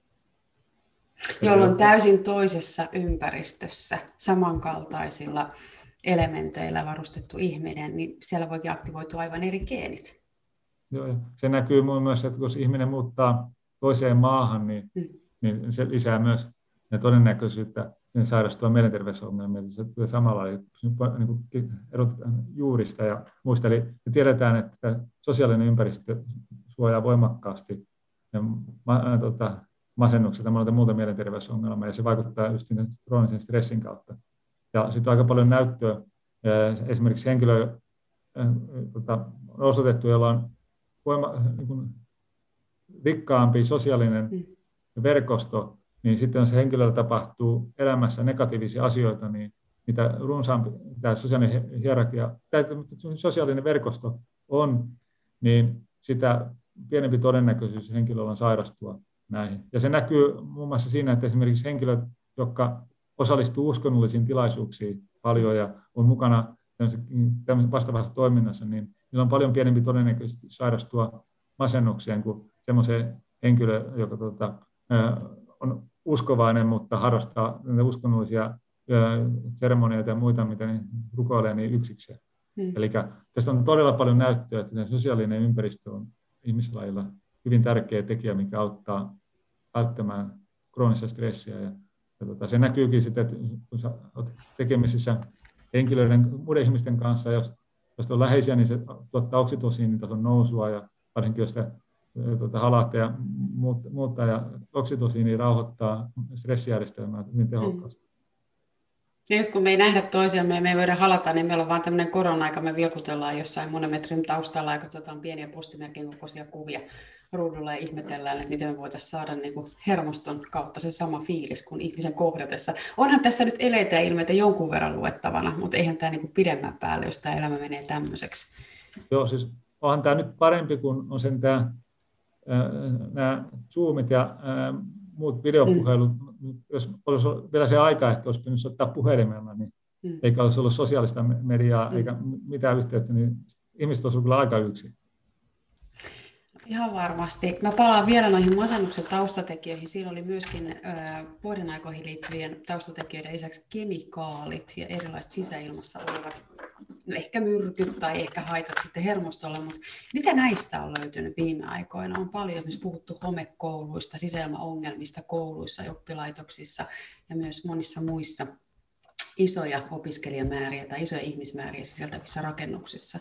A: Jolloin täysin toisessa ympäristössä, samankaltaisilla elementeillä varustettu ihminen, niin siellä voikin aktivoitua aivan eri geenit.
B: Joo, ja se näkyy myös, että kun ihminen muuttaa toiseen maahan, niin, mm. niin se lisää myös ja todennäköisyyttä sairastua mielenterveysongelmia, se tulee samalla niin erotetaan juurista ja muista. Eli tiedetään, että sosiaalinen ympäristö suojaa voimakkaasti ma, tuota, masennuksia tai muuta mielenterveysongelmaa, ja se vaikuttaa just kroonisen stressin kautta. Ja sitten on aika paljon näyttöä, esimerkiksi henkilö tota, on osoitettu, jolla on voima, niin kuin rikkaampi sosiaalinen mm. verkosto, niin sitten jos henkilöllä tapahtuu elämässä negatiivisia asioita, niin mitä runsaampi tämä sosiaalinen hierarkia, tämä sosiaalinen verkosto on, niin sitä pienempi todennäköisyys henkilöllä on sairastua näihin. Ja se näkyy muun muassa siinä, että esimerkiksi henkilöt, jotka osallistuu uskonnollisiin tilaisuuksiin paljon ja on mukana vastaavassa toiminnassa, niin niillä on paljon pienempi todennäköisyys sairastua masennukseen kuin semmoiseen henkilö, joka tuota, on uskovainen, mutta harrastaa uskonnollisia seremonioita ja muita, mitä ne rukoilee niin yksikseen. Hmm. Eli tästä on todella paljon näyttöä, että sosiaalinen ympäristö on ihmislajilla hyvin tärkeä tekijä, mikä auttaa välttämään kroonista stressiä. Ja, ja tota, se näkyykin sitten, että kun sä olet tekemisissä henkilöiden, muiden ihmisten kanssa, jos, jos on läheisiä, niin se tuottaa oksitosiinin tason nousua, ja varsinkin jos sitä tuota, halaatte ja muuttaa, ja oksitosiini rauhoittaa stressijärjestelmää hyvin tehokkaasti.
A: Ja nyt kun me ei nähdä toisiamme ja me ei voida halata, niin meillä on vaan tämmöinen korona-aika, me vilkutellaan jossain monen metrin taustalla ja katsotaan pieniä postimerkin kokoisia kuvia ruudulla ja ihmetellään, että miten me voitaisiin saada niin kuin hermoston kautta se sama fiilis kuin ihmisen kohdatessa. Onhan tässä nyt eleitä ja ilmeitä jonkun verran luettavana, mutta eihän tämä niin kuin pidemmän päälle, jos tämä elämä menee tämmöiseksi.
B: Joo, siis onhan tämä nyt parempi, kun on sen tämä, nämä Zoomit ja ää, muut videopuhelut. Mm. Jos olisi vielä se aika, että olisi pitänyt ottaa puhelimella, niin mm. eikä olisi ollut sosiaalista mediaa mm. eikä mitään yhteyttä, niin ihmiset olisivat kyllä aika yksin.
A: Ihan varmasti. Mä palaan vielä noihin masennuksen taustatekijöihin. Siinä oli myöskin vuoden aikoihin liittyvien taustatekijöiden lisäksi kemikaalit ja erilaiset sisäilmassa olevat, no ehkä myrkyt tai ehkä haitat sitten hermostolla, mutta mitä näistä on löytynyt viime aikoina? On paljon esimerkiksi puhuttu homekouluista, sisäilmaongelmista kouluissa, oppilaitoksissa ja myös monissa muissa isoja opiskelijamääriä tai isoja ihmismääriä sisältävissä rakennuksissa.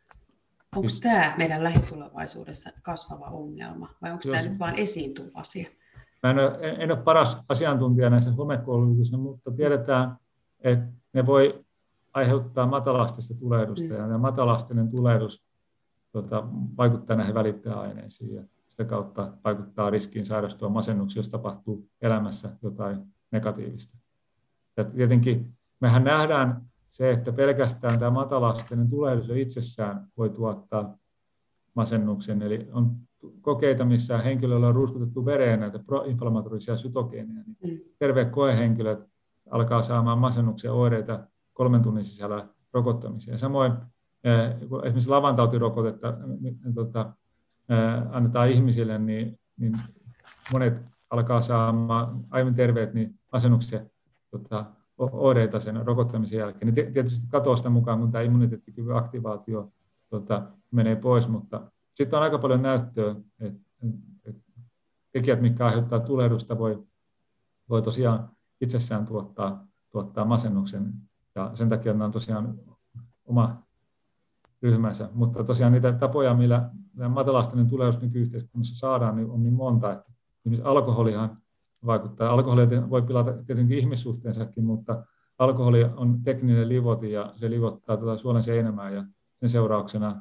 A: Onko tämä meidän lähitulevaisuudessa kasvava ongelma vai onko tämä nyt vain esiin tullut asia?
B: Mä en ole, en ole paras asiantuntija näissä homekouluissa, mutta tiedetään, että ne voi aiheuttaa matalasteista tulehdusta mm. ja matalasteinen tulehdus tota, vaikuttaa näihin välittäjäaineisiin ja sitä kautta vaikuttaa riskiin sairastua masennuksiin, jos tapahtuu elämässä jotain negatiivista. Ja tietenkin mehän nähdään se, että pelkästään tämä matalasteinen tulehdus itsessään voi tuottaa masennuksen. Eli on kokeita, missä henkilöllä on ruiskutettu vereen näitä proinflammatorisia sytogeeneja. Niin mm. terveet koehenkilöt alkaa saamaan masennuksen oireita kolmen tunnin sisällä rokottamisia. Samoin esimerkiksi lavantautirokotetta tuota, annetaan ihmisille, niin, niin monet alkaa saamaan aivan terveet niin masennuksen tuota, oireita sen rokottamisen jälkeen. Niin tietysti katoaa sitä mukaan, kun tämä immuniteettikyvyn aktivaatio tuota, menee pois, mutta sitten on aika paljon näyttöä, että, että tekijät, mitkä aiheuttaa tulehdusta, voi, voi tosiaan itsessään tuottaa, tuottaa masennuksen, ja sen takia nämä on tosiaan oma ryhmänsä. Mutta tosiaan niitä tapoja, millä matalasteinen tulehdus nykyyhteiskunnassa saadaan, niin on niin monta, että esimerkiksi alkoholihan vaikuttaa. Alkoholi voi pilata tietenkin ihmissuhteensakin, mutta alkoholi on tekninen livoti ja se livottaa tuota suolen seinämää ja sen seurauksena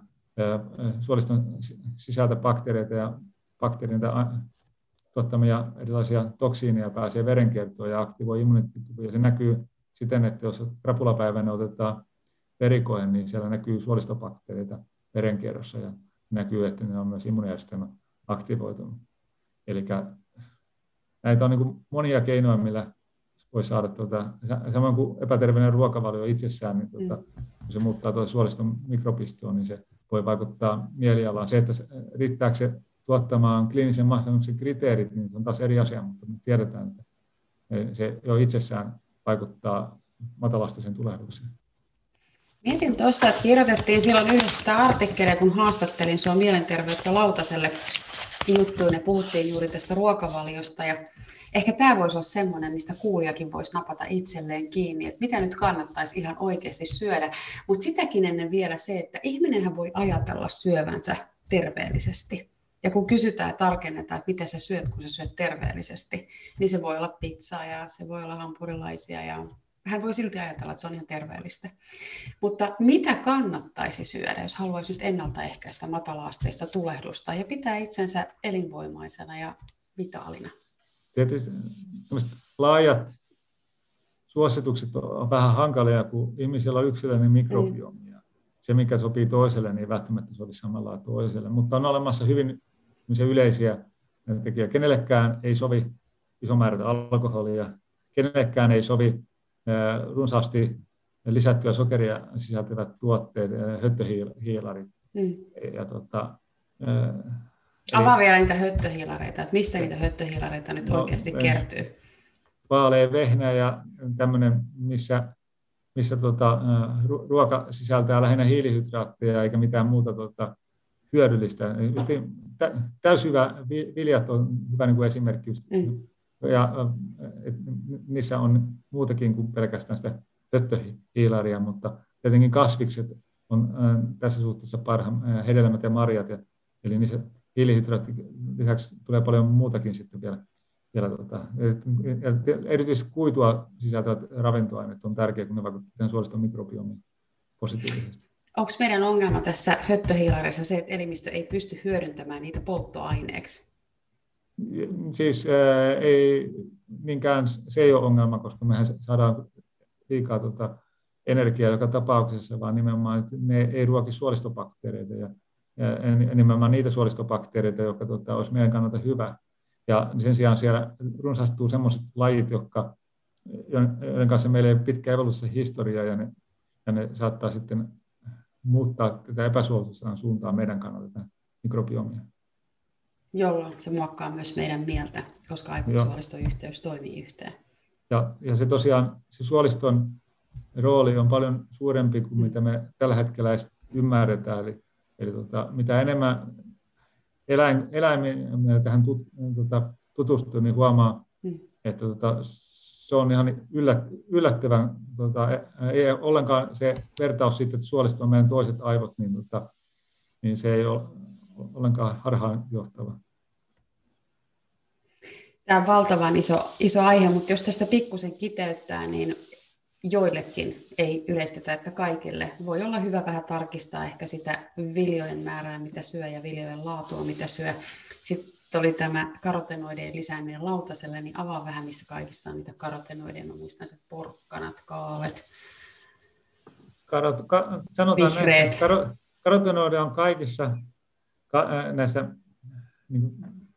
B: suoliston sisältä bakteereita ja bakteereita tuottamia erilaisia toksiineja pääsee verenkiertoon ja aktivoi immuniteettikykyä. Ja se näkyy siten, että jos krapulapäivänä otetaan verikoe, niin siellä näkyy suolistobakteereita verenkierrossa ja näkyy, että ne on myös immuunijärjestelmä aktivoitunut. Eli näitä on niin kuin monia keinoja, millä voi saada, tuota, samoin kuin epäterveellinen ruokavalio itsessään, niin tuota, mm. kun se muuttaa tuota suoliston mikrobistoon, niin se voi vaikuttaa mielialaan. Se, että se, riittääkö se tuottamaan kliinisen masennuksen kriteerit, niin se on taas eri asia, mutta me tiedetään, että se jo itsessään vaikuttaa matalasteisen tulehdukseen.
A: Mietin tuossa, että kirjoitettiin silloin yhdessä sitä artikkelia, kun haastattelin sinua mielenterveyttä lautaselle juttuun ja puhuttiin juuri tästä ruokavaliosta ja ehkä tämä voisi olla semmoinen, mistä kuulijakin voisi napata itselleen kiinni, että mitä nyt kannattaisi ihan oikeasti syödä. Mutta sitäkin ennen vielä se, että ihminenhän voi ajatella syövänsä terveellisesti. Ja kun kysytään ja tarkennetaan, että mitä sä syöt, kun sä syöt terveellisesti, niin se voi olla pizzaa ja se voi olla hampurilaisia ja hän voi silti ajatella, että se on ihan terveellistä. Mutta mitä kannattaisi syödä, jos haluaisi nyt ennaltaehkäistä matala-asteista tulehdusta ja pitää itsensä elinvoimaisena ja vitaalina?
B: Tietysti laajat suositukset on vähän hankalia, kun ihmisillä on yksilöllinen mikrobiomi. Mm. Se, mikä sopii toiselle, niin ei välttämättä sovi samalla toiselle. Mutta on olemassa hyvin yleisiä tekijöitä. Kenellekään ei sovi iso määrä alkoholia, kenellekään ei sovi runsaasti lisättyä sokeria sisältävät tuotteet, höttöhiilarit. Mm. Ja, tota,
A: Avaa vielä niitä höttöhiilareita, että mistä niitä höttöhiilareita nyt no, oikeasti kertyy?
B: Vaalea vehnä ja tämmöinen, missä, missä tota, ruoka sisältää lähinnä hiilihydraatteja eikä mitään muuta tota, hyödyllistä. Täyshyvä viljat on hyvä niin kuin esimerkki. Just. Mm. Ja et, niissä on muutakin kuin pelkästään sitä höttöhiilaria, mutta tietenkin kasvikset on äh, tässä suhteessa parhaan äh, hedelmät ja marjat. Ja, eli niissä hiilihydraatit lisäksi tulee paljon muutakin sitten vielä. vielä tota, erityisesti kuitua sisältävät ravintoaineet on tärkeää, kun ne vaikuttavat suoliston mikrobiomiin positiivisesti.
A: Onko meidän ongelma tässä höttöhiilarissa se, että elimistö ei pysty hyödyntämään niitä polttoaineeksi?
B: Siis ää, ei niinkään se ei ole ongelma, koska mehän saadaan liikaa tuota energiaa joka tapauksessa, vaan nimenomaan että ne ei ruoki suolistobakteereita ja, ja nimenomaan niitä suolistobakteereita, jotka tuota, olisi meidän kannalta hyvä. Ja sen sijaan siellä runsastuu sellaiset lajit, jotka, joiden kanssa meillä ei ole pitkä evoluutiossa historiaa ja ne, ja ne saattaa sitten muuttaa tätä epäsuotuisaan suuntaan meidän kannalta tätä mikrobiomia.
A: Jolloin se muokkaa myös meidän mieltä, koska aivot-suoliston yhteys toimii yhteen.
B: Ja, ja se tosiaan, se suoliston rooli on paljon suurempi kuin mm. mitä me tällä hetkellä edes ymmärretään. Eli, eli tota, mitä enemmän eläin, eläimiä tähän tut, tota, tutustuu, niin huomaa, mm. että tota, se on ihan yllät, yllättävän, tota, ei ollenkaan se vertaus siitä, että suolisto on meidän toiset aivot, niin, tota, niin se ei ole ollenkaan harhaanjohtava.
A: Tämä on valtavan iso, iso aihe, mutta jos tästä pikkusen kiteyttää, niin joillekin ei yleistetä, että kaikille. Voi olla hyvä vähän tarkistaa ehkä sitä viljojen määrää, mitä syö, ja viljojen laatua, mitä syö. Sitten oli tämä karotenoidien lisääminen lautaselle, niin avaa vähän, missä kaikissa on niitä karotenoideja. Mä muistan se porkkanat, kaavet,
B: Karot, ka, sanotaan vihreät. Näin, karo, karotenoide on kaikissa ka, näissä niin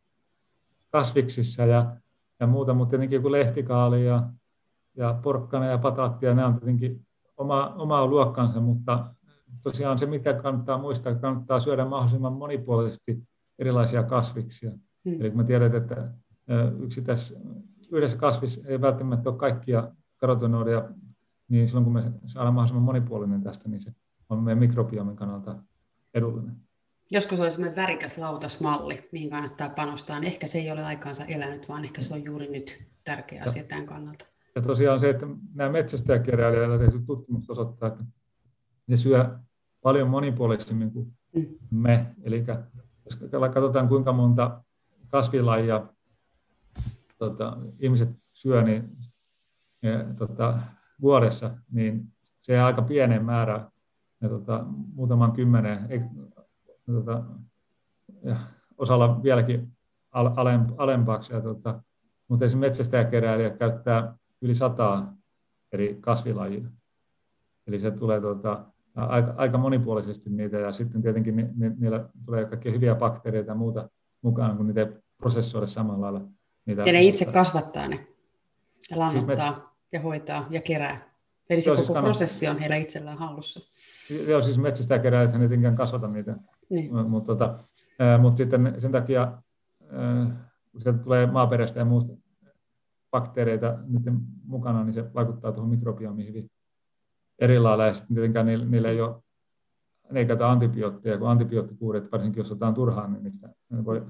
B: kasviksissa ja, ja muuta, mutta tietenkin joku lehtikaali ja, ja porkkana ja pataattia, nämä on tietenkin oma, omaa luokkansa, mutta tosiaan se, mitä kannattaa muistaa, kannattaa syödä mahdollisimman monipuolisesti erilaisia kasviksia. Hmm. Eli kun me tiedetään, että yksittäis, yhdessä kasvissa ei välttämättä ole kaikkia karotenoideja, niin silloin kun me saadaan mahdollisimman monipuolinen tästä, niin se on meidän mikrobiomin kannalta edullinen.
A: Joskus oli sellainen värikäs lautasmalli, mihin kannattaa panostaa, niin ehkä se ei ole aikaansa elänyt, vaan ehkä se on juuri nyt tärkeä asia tämän kannalta.
B: Ja tosiaan se, että nämä metsästäjäkeräilijöillä tehdyt tutkimukset osoittaa, että ne syö paljon monipuolisemmin kuin mm. me. Eli jos katsotaan, kuinka monta kasvilajia tota, ihmiset syö niin, ja, tota, vuodessa, niin se jää aika pienen määrä, ja, tota, muutaman kymmenen, ei, tota, ja, osalla vieläkin alempaaksi. Ja, tota, mutta esimerkiksi metsästäjäkeräilijät käyttää yli sataa eri kasvilajia. Eli se tulee tota, aika, aika monipuolisesti niitä, ja sitten tietenkin ni, ni, niillä tulee kaikkia hyviä bakteereita ja muuta mukaan, kun niitä ei prosessoida samalla lailla. Niitä,
A: ja ne itse kasvattaa ne, ja lannottaa, siis ja hoitaa, ja kerää. Eli se joo, koko siis prosessi on heillä itsellään hallussa.
B: Joo, siis metsästäjäkeräilijät ei tietenkään kasvata niitä, niin. mutta tota, mut sitten sen takia, kun sieltä tulee maaperästä ja muusta bakteereita niiden mukana, niin se vaikuttaa tuohon mikrobiomiin hyvin eri lailla. Ja sitten tietenkään niillä, niillä ei ole, ne ei käytä antibiootteja, kun antibioottikuuret, varsinkin jos otetaan turhaan, niin niistä voi,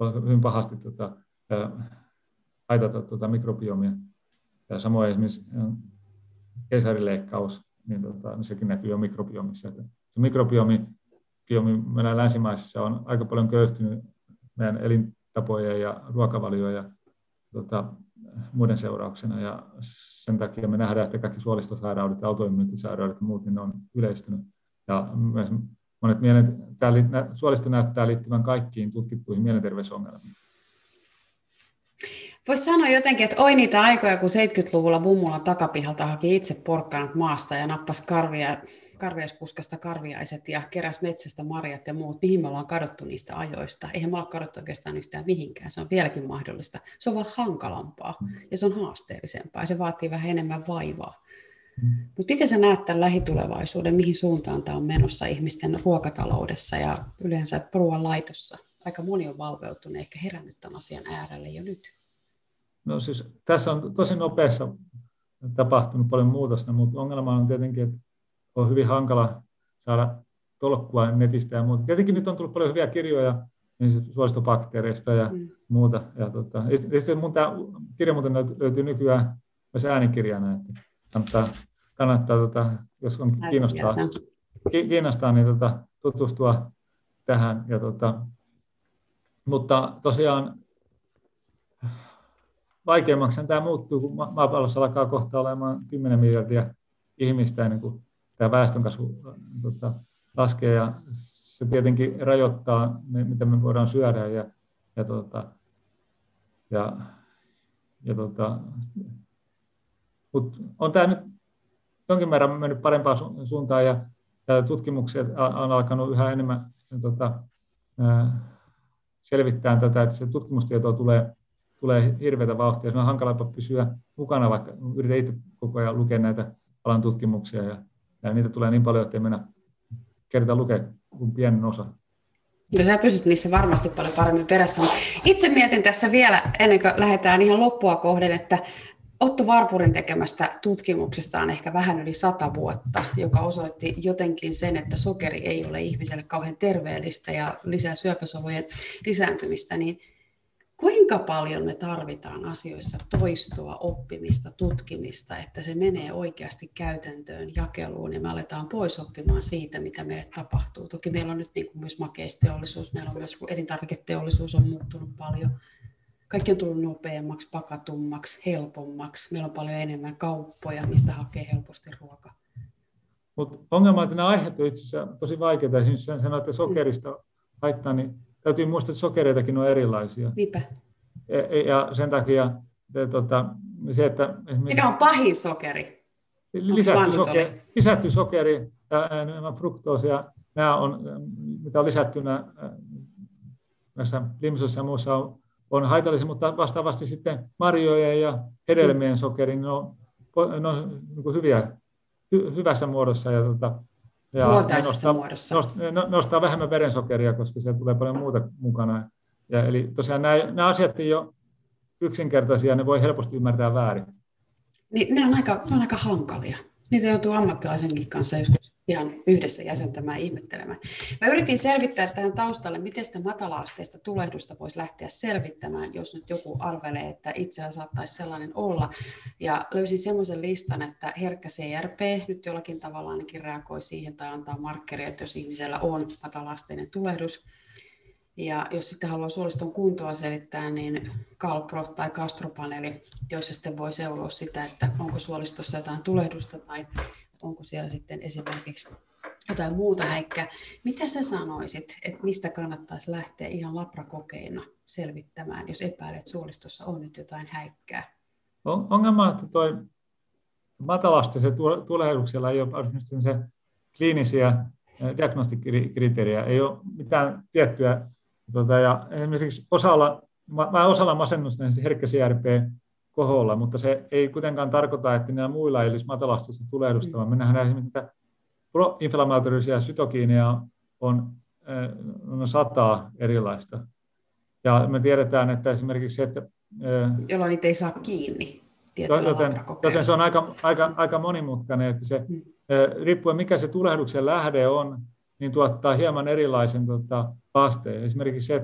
B: hyvin pahasti tota, haitata tota, mikrobiomia. Ja samoin esimerkiksi keisarileikkaus, niin, tota, niin sekin näkyy jo mikrobiomissa. Että se mikrobiomi biomi meillä länsimaisissa on aika paljon köyhtynyt meidän elintapojen ja ruokavalioja ja tota, muiden seurauksena. Ja sen takia me nähdään, että kaikki suolistosairaudet, autoimmuunisairaudet ja muut, niin ne on yleistynyt. Ja myös monet mielen, tämä suolisto näyttää liittyvän kaikkiin tutkittuihin mielenterveysongelmiin.
A: Voisi sanoa jotenkin, että oi niitä aikoja, kun seitsemänkymmentäluvulla mummola takapihalta haki itse porkkanat maasta ja nappasi karvia, karviaispuskasta karviaiset ja keräsi metsästä marjat ja muut. Mihin me ollaan kadottu niistä ajoista? Eihän me olla kadottu oikeastaan yhtään mihinkään. Se on vieläkin mahdollista. Se on vaan hankalampaa ja se on haasteellisempaa ja se vaatii vähän enemmän vaivaa. Mm. Mutta miten sä näet tämän lähitulevaisuuden? Mihin suuntaan tämä on menossa ihmisten ruokataloudessa ja yleensä ruoanlaitossa? Aika moni on valveutunut, ehkä herännyt tämän asian äärelle jo nyt.
B: No siis tässä on tosi nopeassa tapahtunut paljon muutosta, mutta ongelma on tietenkin, että on hyvin hankala saada tolkkua netistä ja muuta. Tietenkin nyt on tullut paljon hyviä kirjoja niin suolistobakteereista ja mm. muuta. Ja tota, mun tämä kirja muuten löytyy nykyään myös äänikirjana, että kannattaa, kannattaa tota, jos on kiinnostaa, kiinnostaa niin tota, tutustua tähän. Ja tota, mutta tosiaan vaikeammaksi tämä muuttuu, kun maapallossa alkaa kohta olemaan kymmenen miljardia ihmistä ennen kuin tämä väestönkasvu tota, laskee. Ja se tietenkin rajoittaa, mitä me voidaan syödä. Ja, ja, tota, ja, ja tota, mut on tämä nyt jonkin verran mennyt parempaan su- suuntaan ja, ja tutkimukset on alkanut yhä enemmän tota, selvittää tätä, että se tutkimustietoa tulee tulee hirveätä vauhtia. Se on hankalampaa pysyä mukana, vaikka yritän itse koko ajan lukea näitä alan tutkimuksia, ja, ja niitä tulee niin paljon, että ei mennä kertaa lukea kuin pienen osa.
A: Ja sä pysyt niissä varmasti paljon paremmin perässä. Itse mietin tässä vielä, ennen kuin lähdetään ihan loppua kohden, että Otto Warburgin tekemästä tutkimuksesta on ehkä vähän yli sata vuotta, joka osoitti jotenkin sen, että sokeri ei ole ihmiselle kauhean terveellistä ja lisää syöpäsolujen lisääntymistä, niin kuinka paljon me tarvitaan asioissa toistoa, oppimista, tutkimista, että se menee oikeasti käytäntöön, jakeluun ja me aletaan pois oppimaan siitä, mitä meille tapahtuu. Toki meillä on nyt niin kuin myös makeisteollisuus, meillä on myös elintarviketeollisuus on muuttunut paljon. Kaikki on tullut nopeammaksi, pakatummaksi, helpommaksi. Meillä on paljon enemmän kauppoja, mistä hakee helposti ruokaa.
B: Mutta ongelma on, että nämä aiheet on itse asiassa tosi vaikeita. Esimerkiksi sanoit, että sokerista haittaa, niin täytyy muistaa, että sokereitakin on erilaisia.
A: Niinpä.
B: Ja sen takia tuota, se, että...
A: Mikä on pahin sokeri?
B: Lisätty sokeri, lisätty sokeri ja nämä fruktoosia, nämä on, mitä on lisättynä näissä limsoissa ja muussa on, on haitallisia, mutta vastaavasti sitten marjojen ja hedelmien sokeri, ne on, ne on niin hyviä, hy, hyvässä muodossa. Ja, tuota,
A: ja nostaa, muodossa.
B: Nostaa, nostaa vähemmän verensokeria, koska siellä tulee paljon muuta mukana. Ja, eli tosiaan nämä, nämä asiat ei ole yksinkertaisia, ne voi helposti ymmärtää väärin.
A: Niin, ne on aika, ne on aika hankalia. Niitä joutuu ammattilaisenkin kanssa joskus ihan yhdessä jäsentämään ja ihmettelemään. Mä yritin selvittää tähän taustalle, miten sitä matala-asteista tulehdusta voisi lähteä selvittämään, jos nyt joku arvelee, että itsellä saattaisi sellainen olla. Ja löysin semmoisen listan, että herkkä C R P nyt jollakin tavalla ainakin reagoi siihen tai antaa markkeria, että jos ihmisellä on matala-asteinen tulehdus. Ja jos sitten haluaa suoliston kuntoa selittää, niin Calpro tai Castropaneeli, joissa sitten voi seuroa sitä, että onko suolistossa jotain tulehdusta tai onko siellä sitten esimerkiksi jotain muuta häikkää. Mitä sä sanoisit, että mistä kannattaisi lähteä ihan labrakokeina selvittämään, jos epäilet, että suolistossa on nyt jotain häikkää?
B: Ongelma on, että tuo matalasteisen tulehduksella ei ole se kliinisiä diagnostikriteeriä, ei ole mitään tiettyä. Tota, ja esimerkiksi osalla, mä osalla masennusta niin se herkkä C R P koholla, mutta se ei kuitenkaan tarkoita, että nämä muilla ei olisi matalasteista tulehdusta, vaan me nähdään esimerkiksi, että proinflammatorisia sytokiineja on, on sataa erilaista. Ja me tiedetään, että esimerkiksi se, että...
A: Jolloin niitä ei saa kiinni.
B: Joten, joten se on aika, aika, aika monimutkainen, että se, hmm. riippuen mikä se tulehduksen lähde on, niin tuottaa hieman erilaisen tota, haasteen. Esimerkiksi se, että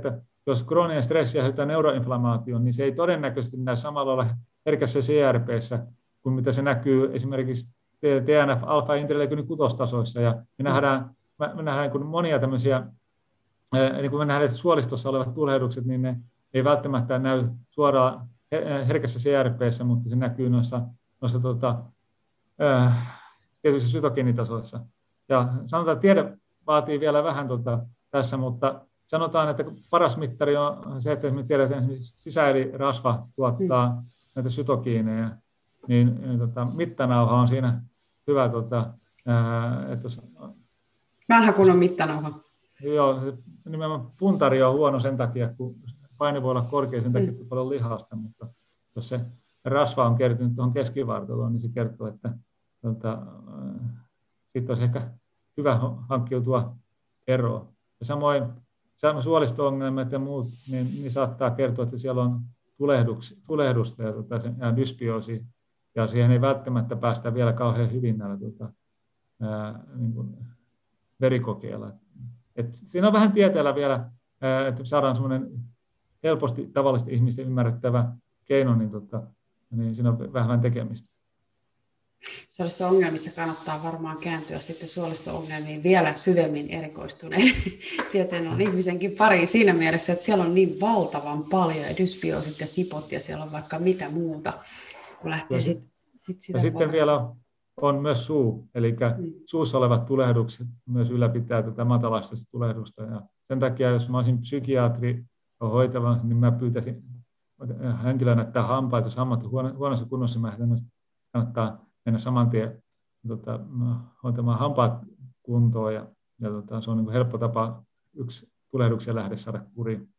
B: jos krooninen stressi aiheuttaa neuroinflamaation, niin se ei todennäköisesti näy samalla lailla herkässä C R P:ssä, kuin mitä se näkyy esimerkiksi T N F-alfa-interleukin kutostasoissa. Ja me nähdään, me nähdään kun monia tämmöisiä, niin kun me nähdään suolistossa olevat tulehdukset, niin ne ei välttämättä näy suoraan herkässä C R P:ssä, mutta se näkyy noissa, noissa tota, äh, tietyissä sytokiinitasoissa. Ja sanotaan, että tiede vaatii vielä vähän tota, tässä, mutta sanotaan, että paras mittari on se, että me tiedetään, että sisäelirasva tuottaa mm. näitä sytokiineja, niin, niin tota, mittanauha on siinä hyvä. Tota, ää, että jos,
A: vanha kunnon mittanauha.
B: Joo, nimenomaan puntari on huono sen takia, kun paine voi olla korkea sen takia, että mm. paljon lihasta, mutta jos se rasva on kertynyt tuohon keskivartaloon, niin se kertoo, että tota, siitä olisi ehkä hyvä hankkiutua eroon. Ja samoin suolisto-ongelmat ja muut, niin, niin saattaa kertoa, että siellä on tulehdusta ja, tota, ja dysbioosi, ja siihen ei välttämättä päästä vielä kauhean hyvin näillä tota, ää, niin kuin verikokeilla. Et siinä on vähän tieteellä vielä, ää, että saadaan semmoinen helposti tavallisesti ihmisten ymmärrettävä keino, niin, tota, niin siinä on vähän tekemistä.
A: Suolisto-ongelmissa kannattaa varmaan kääntyä sitten suolisto-ongelmiin vielä syvemmin erikoistuneen tieteen ihmisenkin pariin siinä mielessä, että siellä on niin valtavan paljon ja dysbioosit ja sipot ja siellä on vaikka mitä muuta, kun lähtee sit, sit sitä
B: ja sitten vielä on myös suu, eli mm. suussa olevat tulehdukset myös ylläpitää tätä matalastaista tulehdusta. Ja sen takia, jos mä olisin psykiatri hoitava, niin mä pyytäisin henkilöä näyttää hampaita, jos hammat on huonossa kunnossa, mä kannattaa mennä saman tien tota, hoitamaan hampaat kuntoon, ja, ja tota, se on niin kuin helppo tapa yksi tulehduksen lähde saada kuriin.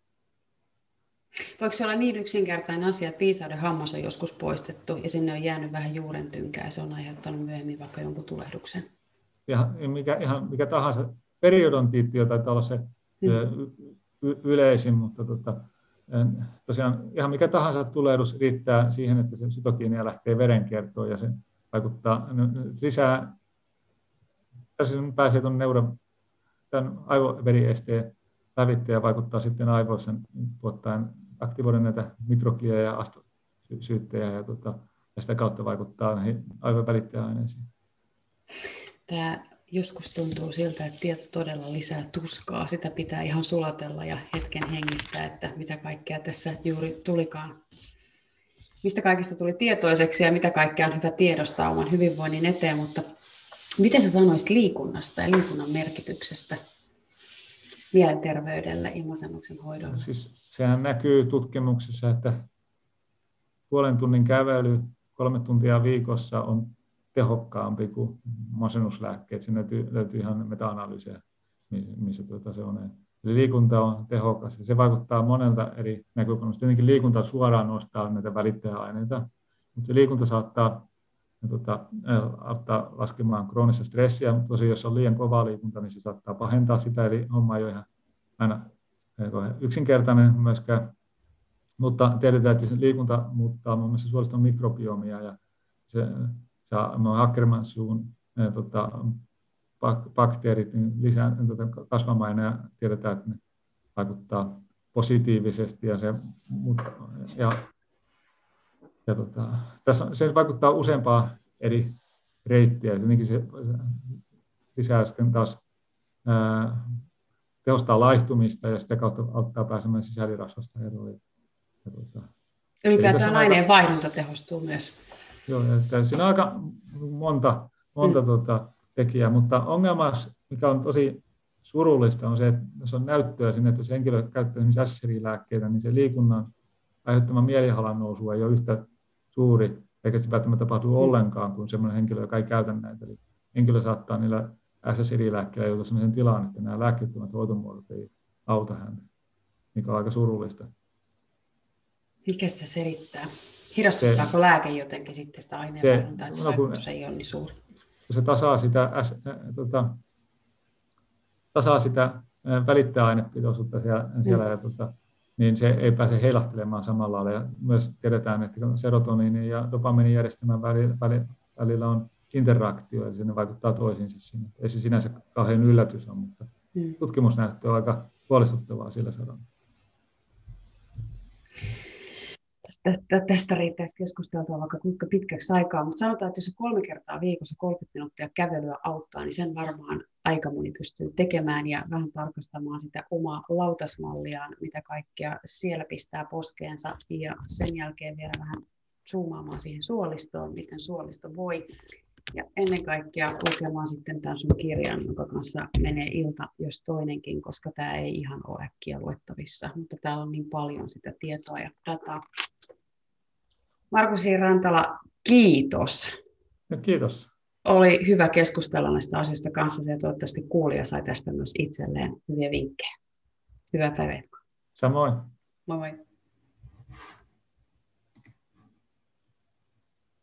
A: Voiko se olla niin yksinkertainen asia, että piisauden hammas on joskus poistettu ja sinne on jäänyt vähän juurentynkää ja se on aiheuttanut myöhemmin vaikka jonkun tulehduksen?
B: Ja mikä, ihan mikä tahansa periodontiitti, taitaa olla se hmm. y- yleisin, mutta tota, tosiaan ihan mikä tahansa tulehdus riittää siihen, että se sytokiinia lähtee verenkiertoon ja se vaikuttaa lisää. Tässä pääsee tuon neuron, tämän aivoveriesteen lävitteen ja vaikuttaa sitten aivoissa tuottaen aktivoida näitä mikroglioja ja astosyyttejä ja, tota, ja sitä kautta vaikuttaa näihin aivon välittäjäaineisiin.
A: Tämä joskus tuntuu siltä, että tieto todella lisää tuskaa. Sitä pitää ihan sulatella ja hetken hengittää, että mitä kaikkea tässä juuri tulikaan. Mistä kaikista tuli tietoiseksi ja mitä kaikkea on hyvä tiedostaa oman hyvinvoinnin eteen, mutta miten sä sanoisit liikunnasta ja liikunnan merkityksestä mielenterveydelle, ilmasannuksen hoidolle?
B: Siis, sehän näkyy tutkimuksessa, että puolen tunnin kävely kolme tuntia viikossa on tehokkaampi kuin masennuslääkkeet. Siinä löytyy, löytyy ihan meta-analyysiä, missä tuota se on. Eli liikunta on tehokas ja se vaikuttaa monelta eri näkökulmasta. Tietenkin liikunta suoraan nostaa näitä välittäjäaineita, mutta se liikunta saattaa tuota, auttaa laskemaan kroonista stressiä, mutta tosi jos on liian kova liikunta, niin se saattaa pahentaa sitä, eli homma ei ole ihan aina yksinkertainen myöskään. Mutta tiedetään, että liikunta muuttaa muun muassa suoliston mikrobiomia ja se Ackermann-suun tota, bakteerit niin lisää tota, kasvamaan ja tiedetään, että ne vaikuttaa positiivisesti ja se, ja, ja tota, tässä, se vaikuttaa useampaa eri reittiä. Jotenkin se lisää sitten taas ää, tehostaa laihtumista ja sitä kautta auttaa pääsemään sisälirasvasta eroon. Ja, tota,
A: ylipäätään aineen vaihdunta tehostuu myös.
B: Joo, että siinä on aika monta, monta mm. tuota, tekijää, mutta ongelma, mikä on tosi surullista, on se, että jos on näyttöä sinne, että jos henkilö käyttää esimerkiksi S S R I-lääkkeitä, niin se liikunnan aiheuttama mielihalan nousu ei ole yhtä suuri, eikä se välttämättä tapahdu mm. ollenkaan kuin sellainen henkilö, joka ei käytä näitä. Eli henkilö saattaa niillä S S R I-lääkkeillä joutua sellaisen tilaan, että nämä lääkkeettömät hoitomuodot ei auta häntä, mikä on aika surullista.
A: Mikä sitä selittää? Hidastuttaako se, lääke jotenkin sitten sitä aineenvaihduntaa, että se no, vaikutus ei ole niin suuri?
B: Se tasaa sitä, äh, tota, tasaa sitä välittäjäainepitoisuutta siellä, mm. siellä ja, tota, niin se ei pääse heilahtelemaan samalla lailla. Ja myös tiedetään, että serotoniinin ja dopamiinijärjestelmän välillä, välillä on interaktio, eli se ne vaikuttaa toisiinsa sinne. Ei se sinänsä kauhean yllätys ole, mutta mm. tutkimusnäyttö on aika huolestuttavaa sillä saralla.
A: tästä, tästä riittäisi keskusteltua vaikka kuinka pitkäksi aikaa, mutta sanotaan, että jos se kolme kertaa viikossa kolmekymmentä minuuttia kävelyä auttaa, niin sen varmaan aika moni pystyy tekemään ja vähän tarkastamaan sitä omaa lautasmalliaan, mitä kaikkea siellä pistää poskeensa ja sen jälkeen vielä vähän zoomaamaan siihen suolistoon, miten suolisto voi. Ja ennen kaikkea lukemaan sitten tämän sun kirjan, jonka kanssa menee ilta, jos toinenkin, koska tämä ei ihan ole äkkiä luettavissa, mutta täällä on niin paljon sitä tietoa ja dataa. Markus J. Rantala, kiitos.
B: No, kiitos.
A: Oli hyvä keskustella näistä asioista kanssa ja toivottavasti kuulija sai tästä myös itselleen hyviä vinkkejä. Hyvää päivää.
B: Samoin.
A: Moi moi.